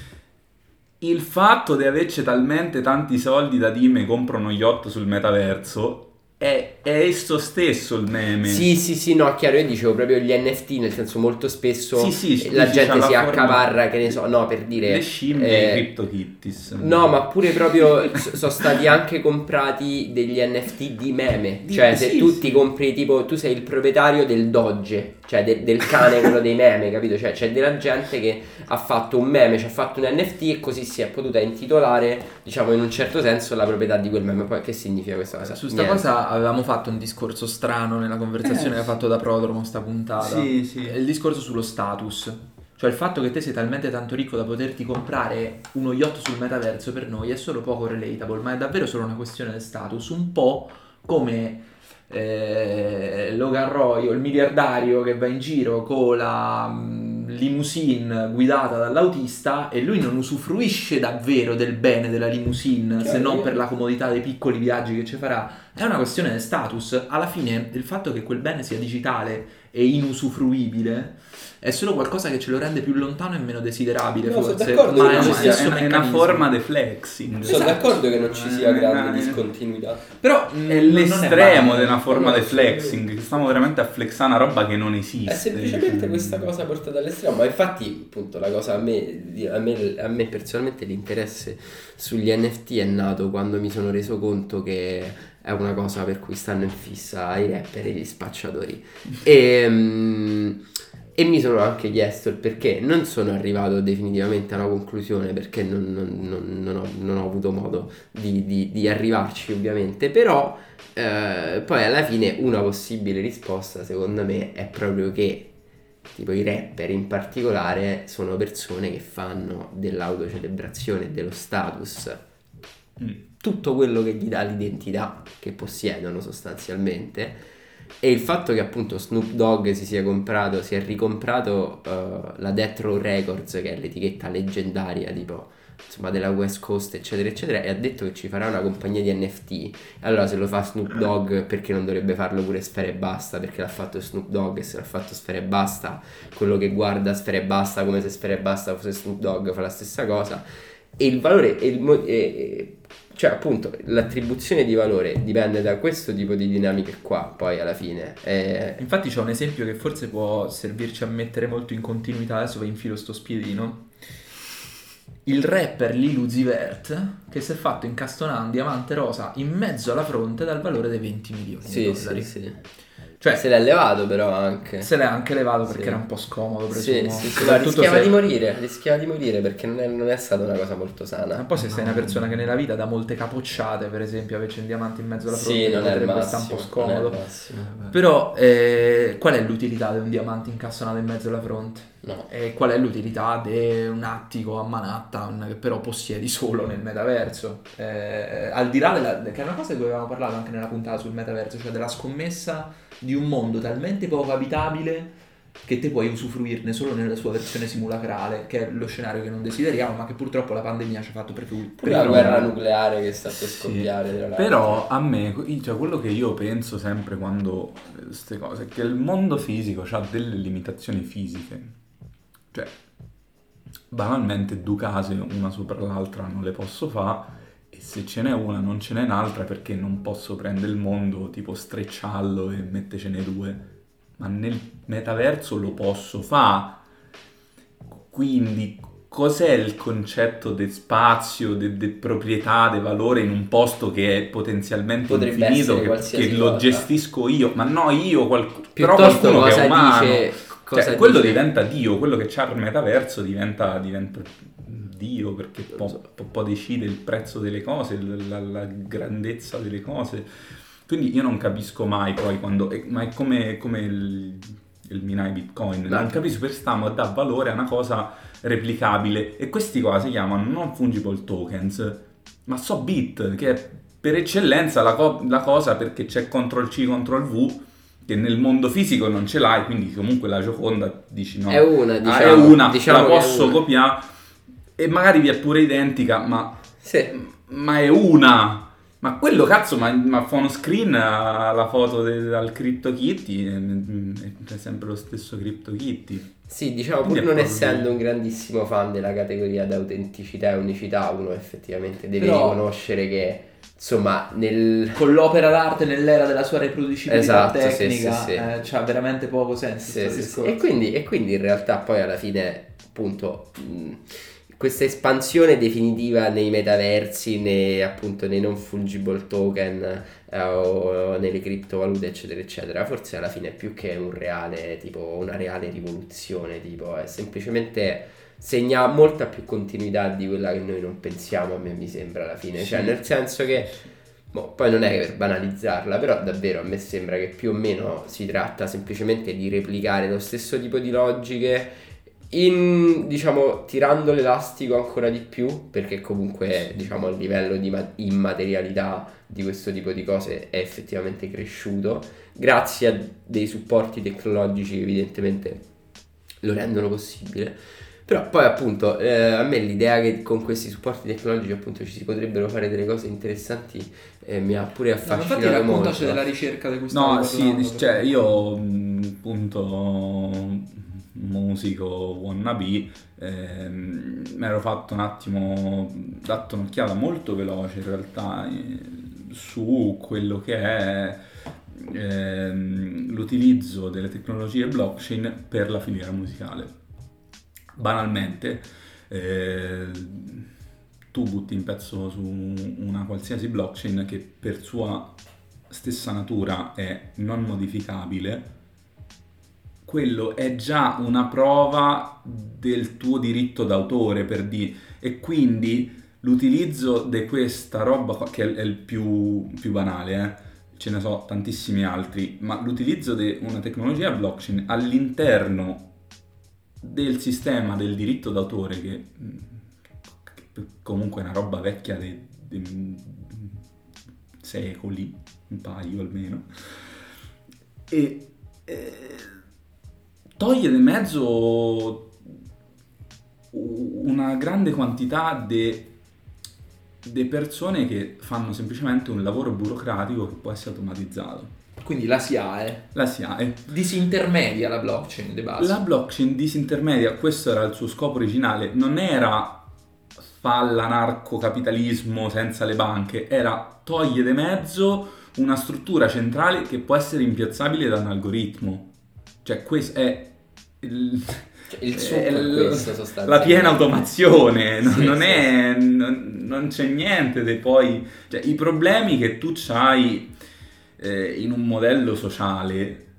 Speaker 3: il fatto di averci talmente tanti soldi da dire me compro uno yacht sul metaverso è, è esso stesso il meme.
Speaker 4: Sì, sì, sì, no, chiaro, io dicevo proprio gli N F T, nel senso molto spesso
Speaker 3: Sì, sì,
Speaker 4: la
Speaker 3: sì,
Speaker 4: gente
Speaker 3: c'ha
Speaker 4: si
Speaker 3: la forma-
Speaker 4: accaparra, che ne so, no, per dire...
Speaker 3: Le scimmie
Speaker 4: eh,
Speaker 3: CryptoKitties.
Speaker 4: No, ma pure proprio s- sono stati anche comprati degli N F T di meme. Cioè, se
Speaker 3: Sì,
Speaker 4: tu
Speaker 3: sì.
Speaker 4: ti compri, tipo, tu sei il proprietario del Doge, cioè de- del cane, quello dei meme, capito? Cioè, c'è della gente che ha fatto un meme, ci ha fatto un N F T e così si è potuta intitolare, diciamo, in un certo senso, la proprietà di quel meme. Poi, che significa questa cosa?
Speaker 2: Su sta
Speaker 4: Niente.
Speaker 2: cosa avevamo fatto un discorso strano nella conversazione
Speaker 3: Eh,
Speaker 2: che ha fatto da Prodromo sta puntata.
Speaker 3: Sì, sì.
Speaker 2: È il discorso sullo status. Cioè il fatto che te sei talmente tanto ricco da poterti comprare uno yacht sul metaverso per noi è solo poco relatable, ma è davvero solo una questione del status. Un po' come eh, Logan Roy o il miliardario che va in giro con la mm, limousine guidata dall'autista e lui non usufruisce davvero del bene della limousine se non per la comodità dei piccoli viaggi che ci farà. È una questione del status. Alla fine il fatto che quel bene sia digitale e inusufruibile è solo qualcosa che ce lo rende più lontano e meno desiderabile,
Speaker 4: No, sono
Speaker 2: forse,
Speaker 4: d'accordo
Speaker 2: ma
Speaker 4: che
Speaker 2: è
Speaker 4: non
Speaker 2: lo
Speaker 4: ci sia-
Speaker 2: stesso
Speaker 3: è, è una
Speaker 2: meccanismo.
Speaker 3: forma di flexing.
Speaker 4: Sono d'accordo che non ci sia
Speaker 3: Eh,
Speaker 4: grande
Speaker 3: eh,
Speaker 4: discontinuità.
Speaker 2: Però
Speaker 3: È
Speaker 2: mm, non
Speaker 3: l'estremo
Speaker 2: è
Speaker 3: di una forma
Speaker 4: No,
Speaker 3: di flexing, che stiamo veramente a flexare una roba che non esiste.
Speaker 4: È semplicemente
Speaker 3: Cioè,
Speaker 4: questa cosa portata all'estremo, ma infatti appunto la cosa a me, di- a me, a me personalmente l'interesse sugli N F T è nato quando mi sono reso conto che è una cosa per cui stanno in fissa i rapper e gli spacciatori e, mm, e mi sono anche chiesto il perché. Non sono arrivato definitivamente a una conclusione perché non, non- non- non ho, non ho avuto modo di, di- di arrivarci ovviamente, però eh, poi alla fine una possibile risposta secondo me è proprio che tipo i rapper in particolare sono persone che fanno dell'autocelebrazione, dello status,
Speaker 3: mm.
Speaker 4: tutto quello che gli dà l'identità che possiedono sostanzialmente. E il fatto che appunto Snoop Dogg si sia comprato, si è ricomprato uh, la Death Row Records, che è l'etichetta leggendaria tipo insomma della West Coast eccetera eccetera, e ha detto che ci farà una compagnia di N F T. Allora se lo fa Snoop Dogg, perché non dovrebbe farlo pure Sfera Ebbasta? Perché l'ha fatto Snoop Dogg, e se l'ha fatto Sfera Ebbasta, quello che guarda Sfera Ebbasta come se Sfera Ebbasta fosse Snoop Dogg fa la stessa cosa. E il valore e il mo- e, e, cioè appunto l'attribuzione di valore dipende da questo tipo di dinamiche qua, poi alla fine è...
Speaker 2: Infatti c'è un esempio che forse può servirci a mettere molto in continuità, adesso va in filo sto spiedino. Il rapper Lil Uzi Vert che si è fatto incastonare un diamante rosa in mezzo alla fronte dal valore dei venti milioni di
Speaker 4: Sì,
Speaker 2: dollari.
Speaker 4: sì, sì.
Speaker 2: Cioè,
Speaker 4: se l'è levato però anche.
Speaker 2: Se l'è anche levato perché
Speaker 4: Sì.
Speaker 2: era un po' scomodo, presumo.
Speaker 4: Sì, sì, sì, ma
Speaker 2: Soprattutto
Speaker 4: rischiava
Speaker 2: se-
Speaker 4: di morire, rischiava di morire perché non è, non è stata una cosa molto sana.
Speaker 2: Ma poi se sei una persona che nella vita dà molte capocciate, per esempio, averci un diamante in mezzo alla fronte
Speaker 4: Sì, non è il
Speaker 2: potrebbe stare un
Speaker 4: massimo,
Speaker 2: po'
Speaker 4: non è il
Speaker 2: scomodo.
Speaker 4: massimo.
Speaker 2: Però eh, qual è l'utilità di un diamante incassonato in mezzo alla fronte?
Speaker 4: No.
Speaker 2: E qual è l'utilità di un attico a Manhattan che però possiedi solo nel metaverso? Eh, al di là della... che è una cosa di cui avevamo parlato anche nella puntata sul metaverso, cioè della scommessa di un mondo talmente poco abitabile che te puoi usufruirne solo nella sua versione simulacrale, che è lo scenario che non desideriamo, ma che purtroppo la pandemia ci ha fatto preferire.
Speaker 4: Pure la guerra nucleare che sta per scoppiare. tra l'altro.
Speaker 3: Però a me, cioè quello che io penso sempre quando vedo queste cose è che il mondo fisico ha delle limitazioni fisiche. Cioè, banalmente due case una sopra l'altra non le posso fare, e se ce n'è una non ce n'è un'altra perché non posso prendere il mondo, tipo strecciarlo e mettercene due. Ma nel metaverso lo posso fare. Quindi cos'è il concetto di spazio, di proprietà, di valore in un posto che è potenzialmente
Speaker 4: Potrebbe
Speaker 3: infinito,
Speaker 4: essere
Speaker 3: che,
Speaker 4: qualsiasi
Speaker 3: che lo
Speaker 4: cosa.
Speaker 3: gestisco io? Ma no, io, qual- però
Speaker 4: Piuttosto
Speaker 3: qualcuno che
Speaker 4: cosa
Speaker 3: è umano.
Speaker 4: dice... Cosa
Speaker 3: Cioè, quello
Speaker 4: dice-
Speaker 3: diventa Dio, quello che c'ha il metaverso diventa, diventa Dio, perché può, può, può decidere il prezzo delle cose, la, la grandezza delle cose. Quindi io non capisco mai poi quando... è- ma è come, come il, il minare Bitcoin.
Speaker 4: No.
Speaker 3: Non capisco perché stiamo a dare valore a una cosa replicabile. E questi qua si chiamano non fungible tokens, ma so bit, che è per eccellenza la, co- la cosa perché c'è control C, control V, che nel mondo fisico non ce l'hai, quindi comunque la Gioconda dici no,
Speaker 4: È una,
Speaker 3: ah,
Speaker 4: diciamo,
Speaker 3: è una,
Speaker 4: diciamo
Speaker 3: la
Speaker 4: che è
Speaker 3: posso
Speaker 4: una.
Speaker 3: copiare e magari vi è pure identica, ma,
Speaker 4: Sì.
Speaker 3: ma è una. Ma quello cazzo, ma, ma fa uno screen alla foto de- dal CryptoKitty, e- e- è sempre lo stesso CryptoKitty.
Speaker 4: Sì, diciamo, pur
Speaker 3: Quindi è
Speaker 4: non
Speaker 3: proprio-
Speaker 4: essendo un grandissimo fan della categoria d'autenticità e unicità, uno effettivamente deve
Speaker 2: Però-
Speaker 4: riconoscere che, insomma, nel...
Speaker 2: Con l'opera d'arte nell'era della sua riproducibilità
Speaker 4: Esatto, sì,
Speaker 2: tecnica
Speaker 4: sì, sì.
Speaker 2: eh, c'ha veramente poco senso
Speaker 4: Sì,
Speaker 2: questo
Speaker 4: sì, sì.
Speaker 2: discorso.
Speaker 4: E, quindi, e quindi in realtà poi alla fine, appunto, mh, questa espansione definitiva nei metaversi, nei, appunto, nei non fungible token eh, o nelle criptovalute, eccetera, eccetera, forse alla fine più che un reale, tipo una reale rivoluzione, tipo, è semplicemente segna molta più continuità di quella che noi non pensiamo, a me mi sembra alla fine, cioè
Speaker 3: Sì.
Speaker 4: nel senso che boh, poi non è per banalizzarla, però davvero a me sembra che più o meno si tratta semplicemente di replicare lo stesso tipo di logiche in, diciamo, tirando l'elastico ancora di più, perché comunque, diciamo, il livello di ma- immaterialità di questo tipo di cose è effettivamente cresciuto grazie a dei supporti tecnologici che evidentemente lo rendono possibile. Però poi appunto eh, a me l'idea che con questi supporti tecnologici appunto ci si potrebbero fare delle cose interessanti eh, mi ha pure
Speaker 2: No, ma infatti
Speaker 4: affascinato
Speaker 2: raccontaci
Speaker 4: molto.
Speaker 2: della ricerca di cui stavi
Speaker 3: No, sì,
Speaker 2: parlando,
Speaker 3: cioè
Speaker 2: perché-
Speaker 3: io mh, appunto musico wannabe, ehm, mi ero fatto un attimo, dato un'occhiata molto veloce in realtà eh, su quello che è ehm, l'utilizzo delle tecnologie blockchain per la filiera musicale. Banalmente, eh, tu butti un pezzo su una qualsiasi blockchain che per sua stessa natura è non modificabile, quello è già una prova del tuo diritto d'autore, per dire, e quindi l'utilizzo di questa roba qua, che è il più, più banale, eh, ce ne so tantissimi altri, ma l'utilizzo di una tecnologia blockchain all'interno del sistema del diritto d'autore, che, che comunque è una roba vecchia dei secoli, un paio almeno, e eh, toglie di mezzo una grande quantità di persone che fanno semplicemente un lavoro burocratico che può essere automatizzato.
Speaker 2: Quindi la S I A E
Speaker 3: La S I A E.
Speaker 2: disintermedia la blockchain di base.
Speaker 3: La blockchain disintermedia, questo era il suo scopo originale, non era fare l'anarcocapitalismo senza le banche, era toglie di mezzo una struttura centrale che può essere rimpiazzabile da un algoritmo. Cioè questo è il,
Speaker 4: Il succo
Speaker 3: è
Speaker 4: è
Speaker 3: l-
Speaker 4: questo sostanzialmente.
Speaker 3: la piena automazione, non,
Speaker 4: Sì,
Speaker 3: non
Speaker 4: sì,
Speaker 3: è, non, non c'è niente di poi, cioè i problemi che tu c'hai eh, in un modello sociale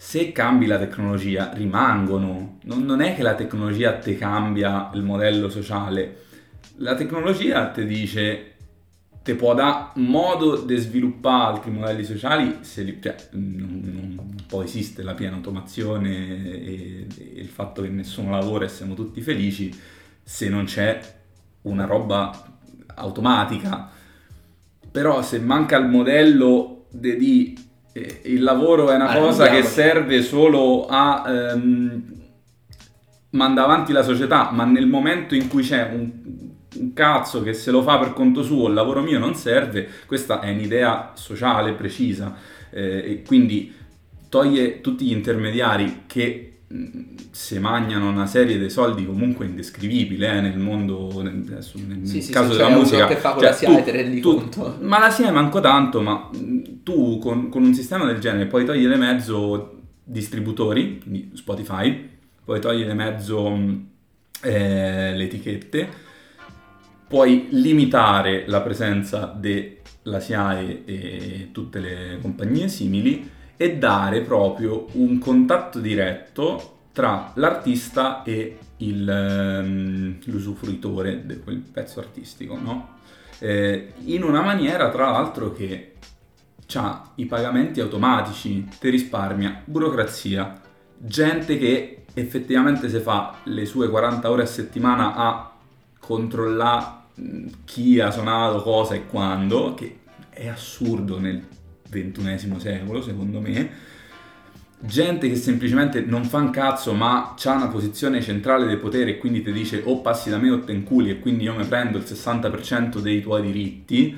Speaker 3: se cambi la tecnologia rimangono, non, non è che la tecnologia te cambia il modello sociale, la tecnologia ti dice, te può dare modo di sviluppare altri modelli sociali, se li, cioè, non, non può esiste la piena automazione e, e il fatto che nessuno lavora e siamo tutti felici se non c'è una roba automatica. Però se manca il modello di, di eh, il lavoro è una
Speaker 4: Arriviamo.
Speaker 3: cosa che serve solo a ehm, mandare avanti la società, ma nel momento in cui c'è un, un cazzo che se lo fa per conto suo, il lavoro mio non serve, questa è un'idea sociale precisa, eh, e quindi toglie tutti gli intermediari che se magnano una serie di soldi comunque indescrivibili eh, nel mondo, nel, adesso, nel
Speaker 2: Sì, sì,
Speaker 3: caso
Speaker 2: sì,
Speaker 3: della
Speaker 2: cioè,
Speaker 3: musica,
Speaker 2: che fa con
Speaker 3: cioè,
Speaker 2: la S I A E,
Speaker 3: tu-
Speaker 2: te ne rendi
Speaker 3: tu-
Speaker 2: conto?
Speaker 3: ma la S I A E manco tanto, ma tu con, con un sistema del genere puoi togliere mezzo distributori, quindi Spotify, puoi togliere mezzo eh, le etichette, puoi limitare la presenza della S I A E e tutte le compagnie simili e dare proprio un contatto diretto tra l'artista e il, um, l'usufruitore di quel pezzo artistico, no? Eh, in una maniera tra l'altro che c'ha i pagamenti automatici, ti risparmia burocrazia, gente che effettivamente se fa le sue quaranta ore a settimana a controllare chi ha suonato cosa e quando, che è assurdo nel ventunesimo secolo secondo me, gente che semplicemente non fa un cazzo ma c'ha una posizione centrale del potere e quindi ti dice o passi da me o te inculi e quindi io mi prendo il sessanta per cento dei tuoi diritti.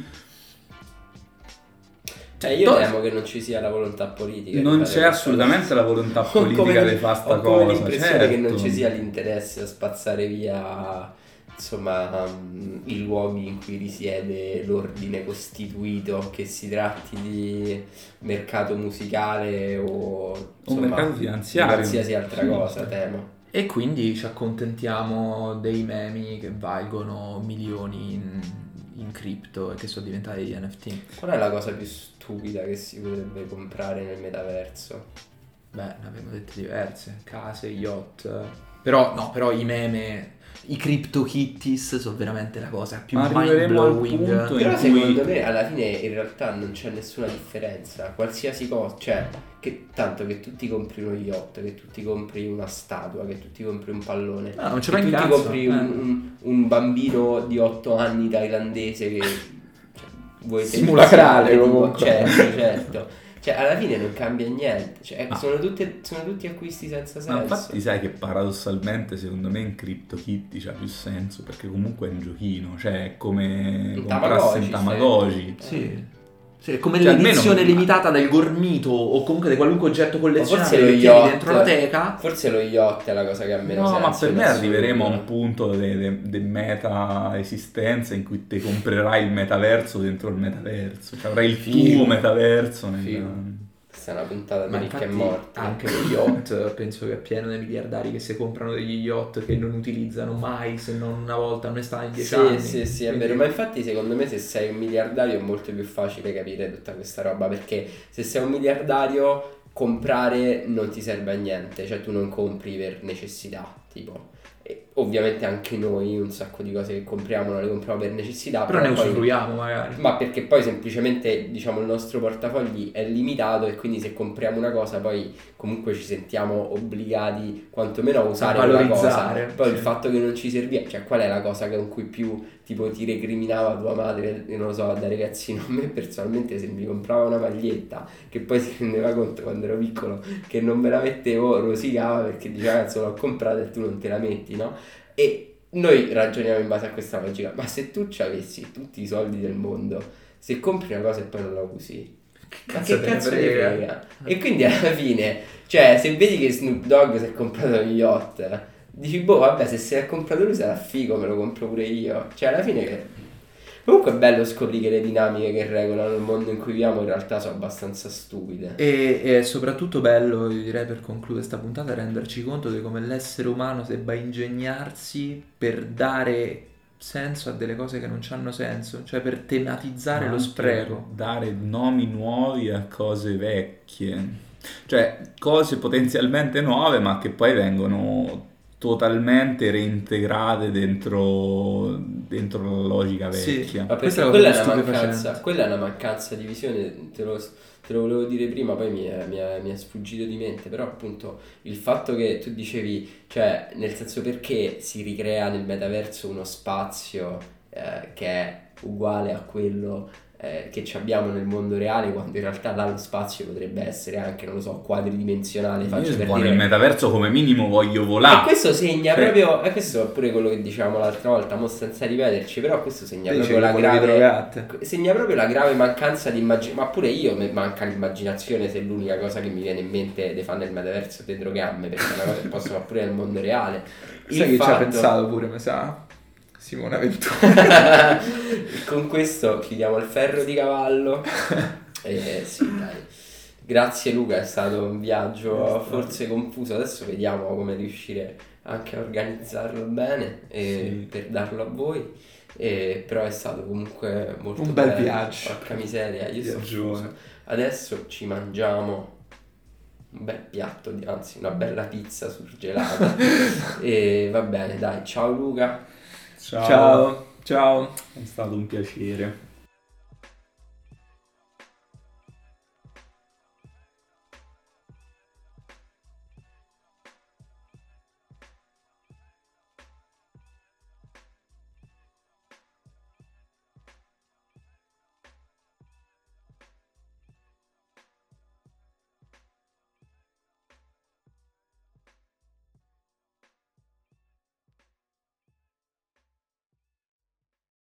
Speaker 4: Cioè io
Speaker 3: To-
Speaker 4: temo che non ci sia la volontà politica.
Speaker 3: non
Speaker 4: di
Speaker 3: c'è
Speaker 4: fare questa
Speaker 3: assolutamente
Speaker 4: cosa.
Speaker 3: la volontà
Speaker 4: Ho come-
Speaker 3: politica di fare sta
Speaker 4: ho come
Speaker 3: cosa,
Speaker 4: l'impressione
Speaker 3: certo.
Speaker 4: che non ci sia l'interesse a spazzare via, insomma, um, i luoghi in cui risiede l'ordine costituito, che si tratti di mercato musicale o insomma,
Speaker 3: mercato
Speaker 4: di
Speaker 3: finanziario.
Speaker 4: qualsiasi altra
Speaker 3: Sì,
Speaker 4: cosa,
Speaker 3: sì.
Speaker 4: temo.
Speaker 2: E quindi ci accontentiamo dei memi che valgono milioni in, in cripto e che sono diventati gli N F T.
Speaker 4: Qual è la cosa più stupida che si potrebbe comprare nel metaverso?
Speaker 2: Beh, ne abbiamo dette diverse, case, yacht. Però no, però i meme, i crypto kitties sono veramente la cosa più
Speaker 3: Ma
Speaker 2: mind
Speaker 3: arriveremo al
Speaker 2: blowing.
Speaker 3: punto in
Speaker 4: Però
Speaker 3: cui-
Speaker 4: secondo me alla fine in realtà non c'è nessuna differenza, qualsiasi cosa, cioè che tanto che tu ti compri uno yacht, che tu ti compri una statua, che tu ti compri un pallone,
Speaker 2: No, non ci
Speaker 4: che
Speaker 2: fai
Speaker 4: tu
Speaker 2: un
Speaker 4: ti
Speaker 2: cazzo,
Speaker 4: compri
Speaker 2: eh.
Speaker 4: un, un- un bambino di otto anni thailandese che cioè, vuoi
Speaker 2: Simulacrale,
Speaker 4: tipo,
Speaker 2: comunque.
Speaker 4: certo, certo. Cioè alla fine non cambia niente, cioè,
Speaker 3: Ah.
Speaker 4: sono, tutte, sono tutti acquisti senza senso.
Speaker 3: Ma infatti sai che paradossalmente secondo me in CryptoKitty c'ha più senso perché comunque è un giochino, cioè è come
Speaker 4: Un
Speaker 3: comprarsi un
Speaker 4: Tamagotchi,
Speaker 3: Tamagotchi.
Speaker 2: Sì. Sì, è come
Speaker 3: Cioè,
Speaker 2: l'edizione
Speaker 3: almeno-
Speaker 2: limitata del gormito o comunque di qualunque oggetto collezionabile
Speaker 4: forse lo
Speaker 2: che tieni
Speaker 4: yacht.
Speaker 2: dentro la teca.
Speaker 4: Forse lo yacht è la cosa che ha meno
Speaker 3: No,
Speaker 4: senso.
Speaker 3: ma per me
Speaker 4: in
Speaker 3: arriveremo a un
Speaker 4: assoluto.
Speaker 3: punto di meta esistenza in cui te comprerai il metaverso dentro il metaverso, cioè avrai il
Speaker 2: Figo.
Speaker 3: tuo metaverso. nel-
Speaker 2: Figo.
Speaker 4: Questa è una puntata
Speaker 2: Ma
Speaker 4: di ricchi e
Speaker 2: infatti
Speaker 4: morti.
Speaker 2: anche lo yacht penso che è pieno di miliardari che si comprano degli yacht che non utilizzano mai se non una volta onestà in dieci
Speaker 4: Sì,
Speaker 2: anni.
Speaker 4: sì, sì, è
Speaker 2: Quindi-
Speaker 4: vero. Ma infatti secondo me se sei un miliardario è molto più facile capire tutta questa roba, perché se sei un miliardario comprare non ti serve a niente, cioè tu non compri per necessità, tipo. E ovviamente anche noi un sacco di cose che compriamo non le compriamo per necessità,
Speaker 2: Però ne
Speaker 4: poi-
Speaker 2: usufruiamo magari.
Speaker 4: Ma perché poi semplicemente diciamo il nostro portafogli è limitato e quindi se compriamo una cosa poi comunque ci sentiamo obbligati quantomeno a usare
Speaker 2: A
Speaker 4: quella cosa.
Speaker 2: valorizzare,
Speaker 4: Poi
Speaker 2: sì.
Speaker 4: il fatto che non ci serviva, cioè qual è la cosa con cui più tipo ti recriminava tua madre, io non lo so, da ragazzino? A me personalmente se mi comprava una maglietta che poi si rendeva conto quando ero piccolo che non me la mettevo, rosicava perché diceva cazzo l'ho comprata e tu non te la metti, no? E noi ragioniamo in base a questa logica, ma se tu ci avessi tutti i soldi del mondo, se compri una cosa e poi non la usi, ma
Speaker 2: cazzo
Speaker 4: che
Speaker 2: te ne
Speaker 4: cazzo ne
Speaker 2: frega?
Speaker 4: frega? E quindi alla fine, cioè se vedi che Snoop Dogg si è comprato lo yacht, dici boh vabbè se si è comprato lui sarà figo, me lo compro pure io. Cioè alla fine che... Comunque è bello scoprire che le dinamiche che regolano il mondo in cui viviamo in realtà sono abbastanza stupide.
Speaker 2: E è soprattutto bello, io direi per concludere questa puntata, renderci conto di come l'essere umano debba ingegnarsi per dare senso a delle cose che non hanno senso, cioè per tematizzare lo
Speaker 3: Anche
Speaker 2: spreco.
Speaker 3: dare nomi nuovi a cose vecchie. Cioè, cose potenzialmente nuove, ma che poi vengono totalmente reintegrate dentro, dentro la logica
Speaker 2: Sì.
Speaker 3: vecchia.
Speaker 4: Ma
Speaker 2: Questa
Speaker 4: perché
Speaker 2: è la
Speaker 4: quella è,
Speaker 2: cosa
Speaker 4: una
Speaker 2: stupefacente.
Speaker 4: mancanza, quella è una mancanza di visione, te lo, te lo volevo dire prima, poi mi è, mi, è, mi è sfuggito di mente, però appunto il fatto che tu dicevi, cioè nel senso perché si ricrea nel metaverso uno spazio eh, che è uguale a quello eh, che ci abbiamo nel mondo reale, quando in realtà là lo spazio potrebbe essere anche, non lo so, quadridimensionale, faccio
Speaker 3: Io
Speaker 4: per
Speaker 3: nel
Speaker 4: dire.
Speaker 3: metaverso come minimo voglio
Speaker 4: E
Speaker 3: volare.
Speaker 4: questo segna
Speaker 3: Cioè-
Speaker 4: proprio, e questo è pure quello che dicevamo l'altra volta, mo senza ripeterci, però questo segna
Speaker 2: Te
Speaker 4: proprio
Speaker 2: dicevi
Speaker 4: la
Speaker 2: quello dietro
Speaker 4: grave,
Speaker 2: gatte.
Speaker 4: segna proprio la grave mancanza di immaginazione, ma pure io mi manca l'immaginazione se l'unica cosa che mi viene in mente di fare nel metaverso è dentro gamme, perché è una cosa che posso fare pure nel mondo reale. Il
Speaker 2: Sai che ci ha
Speaker 4: fatto-
Speaker 2: pensato pure, mi sa? Simona Ventura.
Speaker 4: Con questo chiudiamo il ferro di cavallo. E sì, dai. Grazie Luca, è stato un viaggio forse confuso. Adesso vediamo come riuscire anche a organizzarlo bene e
Speaker 3: Sì.
Speaker 4: per darlo a voi. E, però è stato comunque molto
Speaker 2: Un bel
Speaker 4: bello.
Speaker 2: viaggio.
Speaker 4: Porca miseria, io sto
Speaker 3: Viaggione.
Speaker 4: fuso. Adesso ci mangiamo un bel piatto, di- anzi una bella pizza surgelata. E va bene, dai, ciao Luca.
Speaker 3: Ciao.
Speaker 2: Ciao, ciao.
Speaker 3: È stato un piacere.